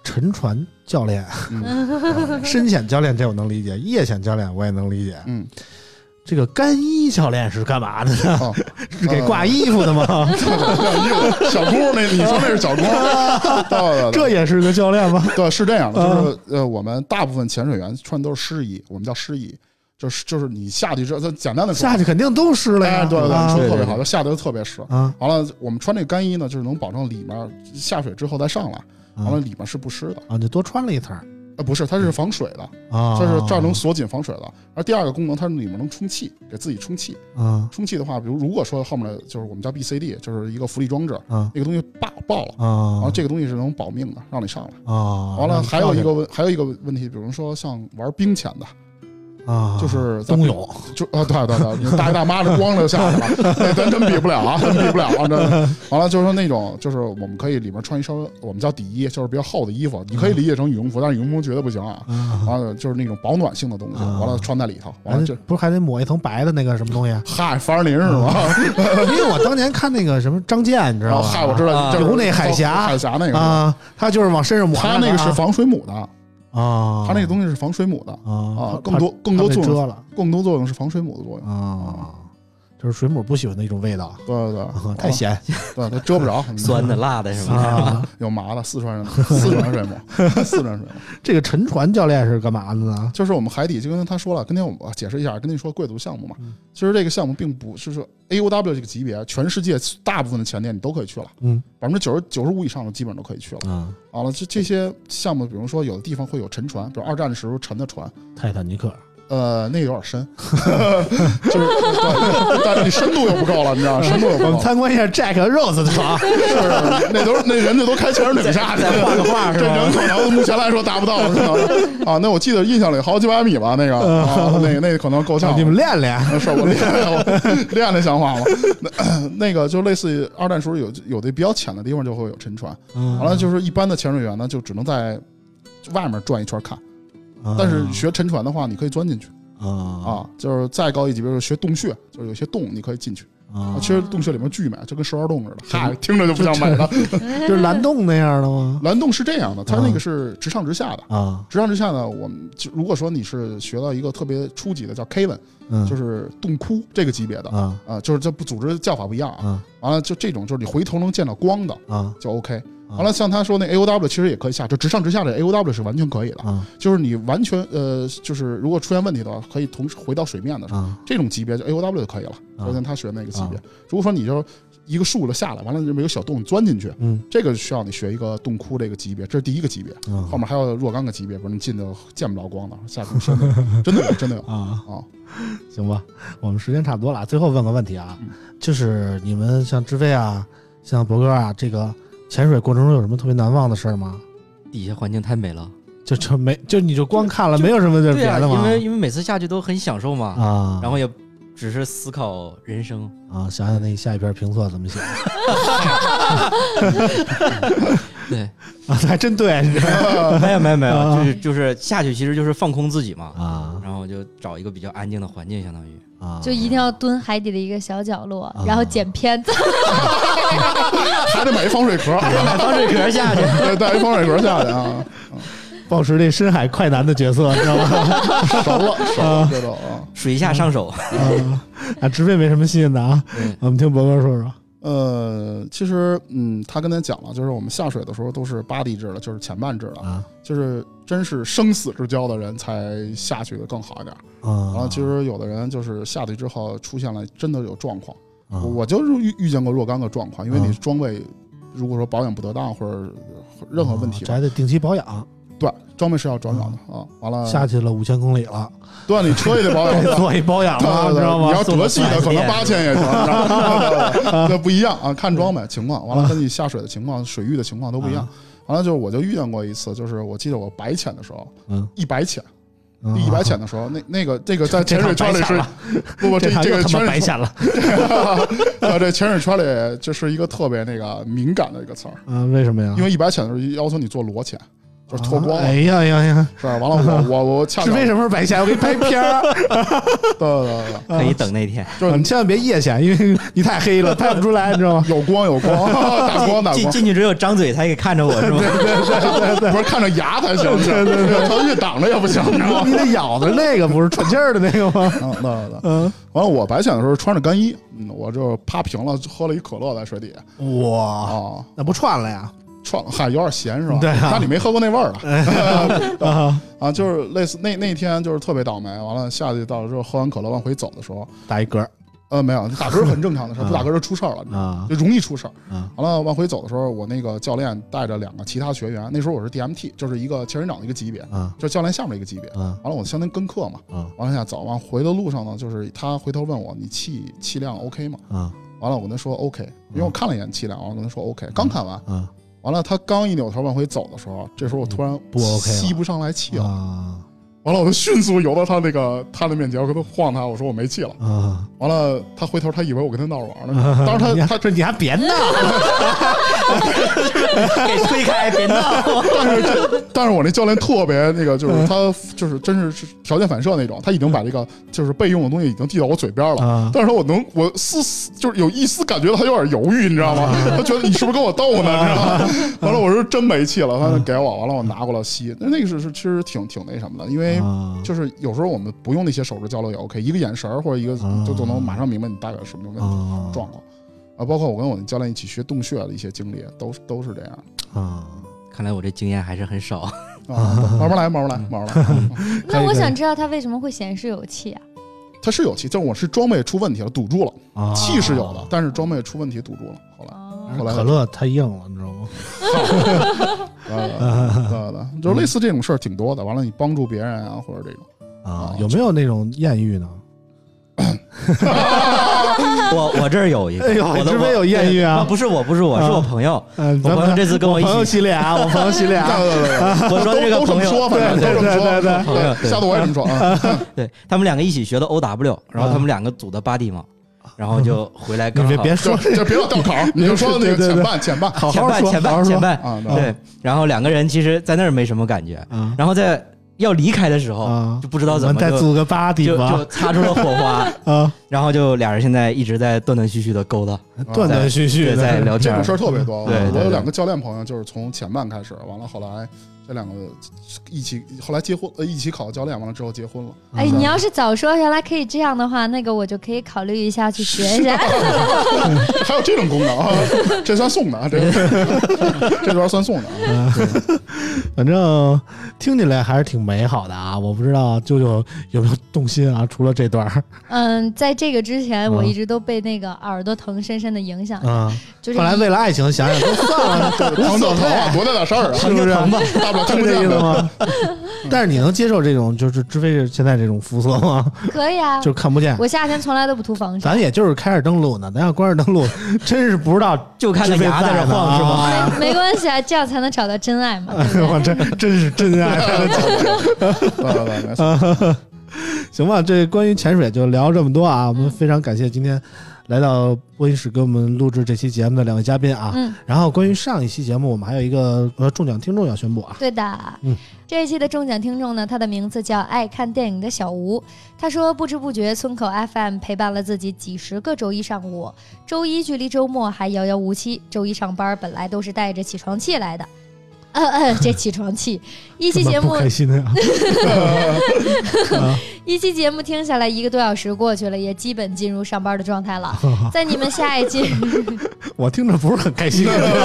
沉船教练、 嗯、 深潜教练这我能理解，夜潜教练我也能理解。 嗯， 这个干衣教练是干嘛的呢？ 哦、 是给挂衣服的吗？ 呃、小姑，那你说那是小姑？对对对， 这也是个教练吗？ 对，是这样的，就是呃，我们大部分潜水员穿都是湿衣，我们叫湿衣。就是就是你下去之后，简单的说， 下去肯定都湿了呀。 哎、对对对， 啊、 你说的特别好，就下去就特别湿。 啊， 完了，我们穿这个干衣呢，就是能保证里面下水之后再上来，完了里面是不湿的。 啊，就多穿了一层。 呃，不是，它是防水的啊， 它是这样能锁紧防水的。而第二个功能，它里面能充气，给自己充气。 啊， 充气的话，比如如果说后面的就是我们叫 B C D， 就是一个浮力装置， 啊， 那个东西爆爆了啊，然后这个东西是能保命的，让你上来啊。 完了，还有一个问，还有一个问题，比如说像玩冰潜的。 啊， 就是冬泳， 就啊，对对对，大爷大妈的光着下去了，那咱真比不了啊，真比不了啊！这完了就是说那种，就是我们可以里面穿一身我们叫底衣，就是比较厚的衣服，你可以理解成羽绒服，但是羽绒服绝对不行啊。完了就是那种保暖性的东西，完了穿在里头，完了就不是还得抹一层白的那个什么东西？ 嗨，凡尔林是吗？ 因为我当年看那个什么张健，你知道吗？ 嗨，我知道， 游那海峡， 海峡那个啊，他就是往身上抹， 他那个是防水母的。 啊， 它那个东西是防水母的啊， 更多更多作用了， 更多作用是防水母的作用啊，就是水母不喜欢的一种味道， 对对对， 啊、太咸， 对它遮不着， 酸的、辣的什么啊， 有麻的，四川人，四川水母，四川水母。 这个沉船教练是干嘛的呢？ 就是我们海底，就跟他说了，今天我们解释一下，跟你说贵族项目嘛， 嗯、 其实这个项目并不是说 A O W 这个级别，全世界大部分的潜点你都可以去了，嗯，百分之九十九十五以上的基本都可以去了，嗯，完了这这些项目，比如说有的地方会有沉船，比如二战的时候沉的船， 泰坦尼克。 呃，那个有点深，就是但是你深度又不够了，你知道吗？深度又不够。 我们参观一下 Jack Rose 的床， 是那都是那人家都开潜水艇下去， 再画个画是吧？ 这人可能目前来说达不到，可能啊。那我记得印象里好几百米吧，那个啊，那个那个可能够呛。 你们练练， 是我练练练练像话吗？那那个就类似于二战时候有有的比较浅的地方就会有沉船，完了就是一般的潜水员呢就只能在外面转一圈看。但是学沉船的话，你可以钻进去啊啊，就是再高一级别，就是学洞穴，就是有些洞你可以进去啊。其实洞穴里面巨美，就跟十二洞似的，嗨，听着就不像美了。 就是蓝洞那样的吗？ 蓝洞是这样的，它那个是直上直下的啊。 直上直下呢，我们就如果说你是学到一个特别初级的叫 Kevin，嗯，就是洞窟这个级别的啊啊，就是这不组织叫法不一样啊。完了就这种，就是你回头能见到光的啊，就 OK。完了，像他说那 A O W 其实也可以下，就直上直下的 A O W 是完全可以的，啊、就是你完全呃，就是如果出现问题的话，可以同时回到水面的时候，啊、这种级别就 A O W 就可以了。就像他学的那个级别，啊、如果说你就一个竖了下来，完了这边有小洞钻进去，嗯，这个需要你学一个洞窟这个级别，这是第一个级别，嗯、后面还有若干个级别，不是你进的见不着光的，下去真的真的有真的有啊啊！ 行吧，我们时间差不多了，最后问个问题啊，嗯、就是你们像志飞啊，像博哥啊，这个。潜水过程中有什么特别难忘的事儿吗？ 底下环境太美了， 就就没就你就光看了，没有什么别的吗？ 因为因为每次下去都很享受嘛啊， 然后也只是思考人生啊，想想那下一篇评测怎么写。 对啊，还真对， 没有没有没有，就是就是下去其实就是放空自己嘛啊， 然后就找一个比较安静的环境，相当于。 啊， 就一定要蹲海底的一个小角落，啊、然后剪片子， 还得买一防水壳， 还得买防水壳下去， 对，带一防水壳下去啊。 保持这深海快男的角色，知道吗？ 熟了，熟了，知道啊。 水下上手啊，啊，直飞没什么新鲜的啊。我们听博哥说说。 呃，其实，嗯，他跟咱讲了，就是我们下水的时候都是八地制的，就是前半制的，啊、就是真是生死之交的人才下去的更好一点。啊，然后其实有的人就是下去之后出现了真的有状况，啊、我就是遇遇见过若干个状况，因为你装备如果说保养不得当或者任何问题， 这还得定期保养。 对，装备是要转转的啊。完了， 下去了五千公里了， 对，你车也得保养， 做一保养嘛，知道吗？ 你要德系的，可能八千也行，这不一样啊，看装备情况，完了跟你下水的情况、水域的情况都不一样。完了就是我就遇见过一次，就是我记得我白潜的时候，嗯，一百潜。第一百潜的时候，那那个这个在潜水圈里是不不这这个潜水圈了， 啊这潜水圈里就是一个特别那个敏感的一个词儿啊，为什么呀？ 因为一百潜的时候要求你做裸潜。 就是脱光了。 哎呀呀呀！ 是吧？完了，我我我恰是为什么白下？我给你拍片儿。 对对对， 可以等那天。 就是你千万别夜潜，因为你太黑了，拍不出来，你知道吗？ 有光有光，打光打光。 进进去只有张嘴才可以看着我，是吗？ 对对对对， 不是看着牙才行，对对对，他越挡着也不行，你知道吗？ 你得咬的那个不是喘气儿的那个吗？ 嗯，对对对。嗯，完了，我白潜的时候穿着干衣，嗯，我就趴平了，喝了一可乐在水底下。 哇啊， 那不串了呀？ 串了，嗨，有点咸是吧？ 对啊， 那你没喝过那味儿了。啊啊，就是类似那那天就是特别倒霉，完了下去到了之后，喝完可乐往回走的时候打一嗝。 呃，没有，打嗝很正常的事，不打嗝就出事儿了，啊，就容易出事儿。完了往回走的时候，我那个教练带着两个其他学员，那时候我是 D M T， 就是一个潜水长的一个级别，就教练下面一个级别。完了我相当于跟课嘛，往下走，往回的路上呢，就是他回头问我你气气量 OK 吗？完了我跟他说 OK， 因为我看了一眼气量，完了跟他说 OK， 刚看完。完了他刚一扭头往回走的时候，这时候我突然不 OK， 吸不上来气了。完了，我就迅速游到他那个他的面前，我跟他晃他，我说我没气了。啊！完了，他回头，他以为我跟他闹着玩呢。当时他他说你还别闹， 给推开，别闹。 但是但是我那教练特别那个，就是他就是真是是条件反射那种，他已经把这个就是备用的东西已经递到我嘴边了。啊、但是我能我丝就是有一丝感觉到他有点犹豫，你知道吗？他觉得你是不是跟我斗呢？你知道吗？完了，我说真没气了，他就给我，完了我拿过来吸。那那个是是其实挺挺那什么的，因为。就是有时候我们不用那些手势交流也 OK， 一个眼神或者一个就就能马上明白你大概什么状况啊。包括我跟我的教练一起学洞穴的一些经历，都都是这样啊。看来我这经验还是很少啊。 慢慢来，慢慢来，慢慢来。 那我想知道它为什么会显示有气啊？ 它是有气，就是我是装备出问题了，堵住了，气是有的，但是装备出问题堵住了。后来后来可乐太硬了，你知道吗？ 对的，就是类似这种事儿挺多的。完了，你帮助别人啊，或者这种啊，有没有那种艳遇呢？ 我我这儿有一个， 我这边有艳遇啊！ 不是我，不是我，是我朋友。我朋友这次跟我一起， 朋友系列啊，我朋友系列啊。 我说这个朋友， 对对对对朋友， 下次我也这么说啊。 对他们两个一起学的 O W， 然后他们两个组的八 D 嘛。然后就回来刚好， 你别说， 就别老掉口，你就说那个前半前半， 前半前半前半啊，对。然后两个人其实，在那儿没什么感觉，然后在要离开的时候，就不知道怎么再组个八 D 就就擦出了火花啊。然后就俩人现在一直在断断续续的勾搭， 断断续续在聊天， 这种事儿特别多。 对， 我有两个教练朋友，就是从前半开始，完了后来。这两个一起后来结婚，呃，一起考教练，完了之后结婚了。 哎，你要是早说原来可以这样的话，那个我就可以考虑一下去学一下。 还有这种功能啊，这算送的啊，这这段算送的啊。 反正听起来还是挺美好的啊！我不知道舅舅有没有动心啊？除了这段， 嗯，在这个之前，我一直都被那个耳朵疼深深的影响。 嗯， 就是后来为了爱情想想都算了， 疼就疼啊，多大点事儿啊， 是不是？ 大不了听不见吗？但是你能接受这种就是知飞现在这种肤色吗？ 可以啊， 就是看不见。 我夏天从来都不涂防晒。 咱也就是开着灯录呢，咱要关着灯录，真是不知道就看个牙在这晃是吗？ 没关系啊，这样才能找到真爱嘛。 我真真是真爱。 没错。 行吧，这关于潜水就聊这么多啊！我们非常感谢今天来到播音室给我们录制这期节目的两位嘉宾啊。嗯。然后关于上一期节目，我们还有一个呃中奖听众要宣布啊。 对的。嗯。这一期的中奖听众呢，他的名字叫爱看电影的小吴。他说，不知不觉村口 F M 陪伴了自己几十个周一上午，周一距离周末还遥遥无期。周一上班本来都是带着起床气来的。呃呃，这起床气，一期节目开心的呀。 一期节目听下来一个多小时过去了，也基本进入上班的状态了。在你们下一季， 我听着不是很开心。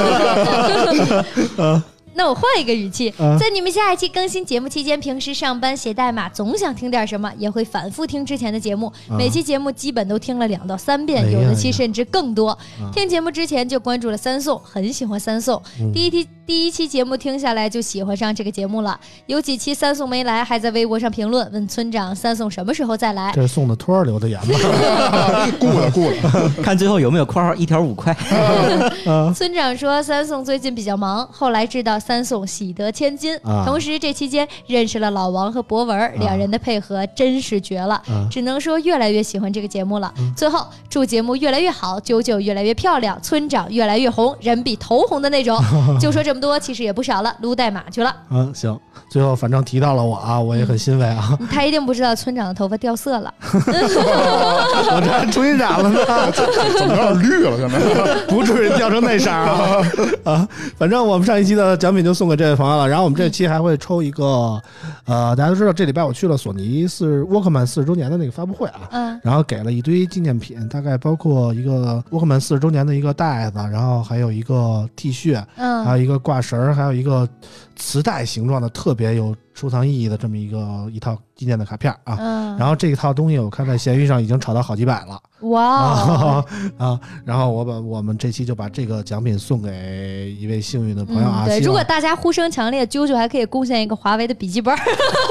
那我换一个语气，在你们下一期更新节目期间，平时上班写代码总想听点什么，也会反复听之前的节目，每期节目基本都听了两到三遍，有的期甚至更多。听节目之前就关注了三宋，很喜欢三宋。第一期第一期节目听下来就喜欢上这个节目了，有几期三宋没来，还在微博上评论问村长三宋什么时候再来。 这是送的托儿留的言吧？ 顾了顾了， 看最后有没有括号一条五块。 村长说三宋最近比较忙，后来知道三宋喜得千金。啊、同时这期间认识了老王和博文，啊、两人的配合真是绝了，啊、只能说越来越喜欢这个节目了。嗯、最后祝节目越来越好，九九越来越漂亮，村长越来越红，人比头红的那种。就说这么多，其实也不少了，撸代码去了。 嗯，行。最后反正提到了我啊，我也很欣慰啊。 他一定不知道村长的头发掉色了， 我这还重新染了呢， 怎么有点绿了？现在不至于掉成那色啊啊！反正我们上一期的奖品就送给这位朋友了，然后我们这期还会抽一个，呃，大家都知道这礼拜我去了索尼四沃克曼四十周年的那个发布会啊，嗯，然后给了一堆纪念品，大概包括一个沃克曼四十周年的一个袋子，然后还有一个 T 恤，嗯，还有一个挂绳，还有一个磁带形状的特别有收藏意义的这么一个一套纪念的卡片啊，嗯，然后这一套东西我看在闲鱼上已经炒到好几百了， 哇啊啊！然后我把我们这期就把这个奖品送给一位幸运的朋友啊， 嗯、对，如果大家呼声强烈，啾啾还可以贡献一个华为的笔记本。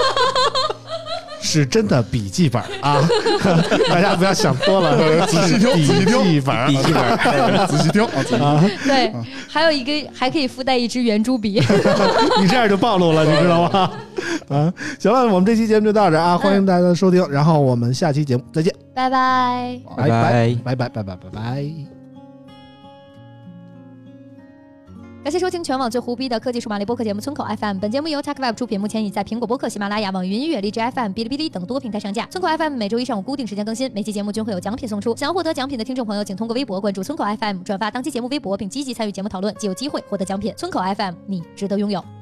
是真的笔记本啊！大家不要想多了， 仔细听， 笔记本， 笔记本，仔细听啊！ 对，还有一个还可以附带一支圆珠笔。 你这样就暴露了，你知道吗？啊，行了，我们这期节目就到这啊！欢迎大家的收听，然后我们下期节目再见， 拜拜， 拜拜，拜拜，拜拜，拜拜。 感谢收听全网最胡逼的科技数码类播客节目村口 F M， 本节目由 TechWeb 出品，目前已在苹果播客、喜马拉雅、网易云音乐、荔枝 F M、哔哩哔哩等多平台上架。村口 F M 每周一上午固定时间更新，每期节目均会有奖品送出。想要获得奖品的听众朋友，请通过微博关注村口 F M， 转发当期节目微博，并积极参与节目讨论，即有机会获得奖品。村口 F M， 你值得拥有。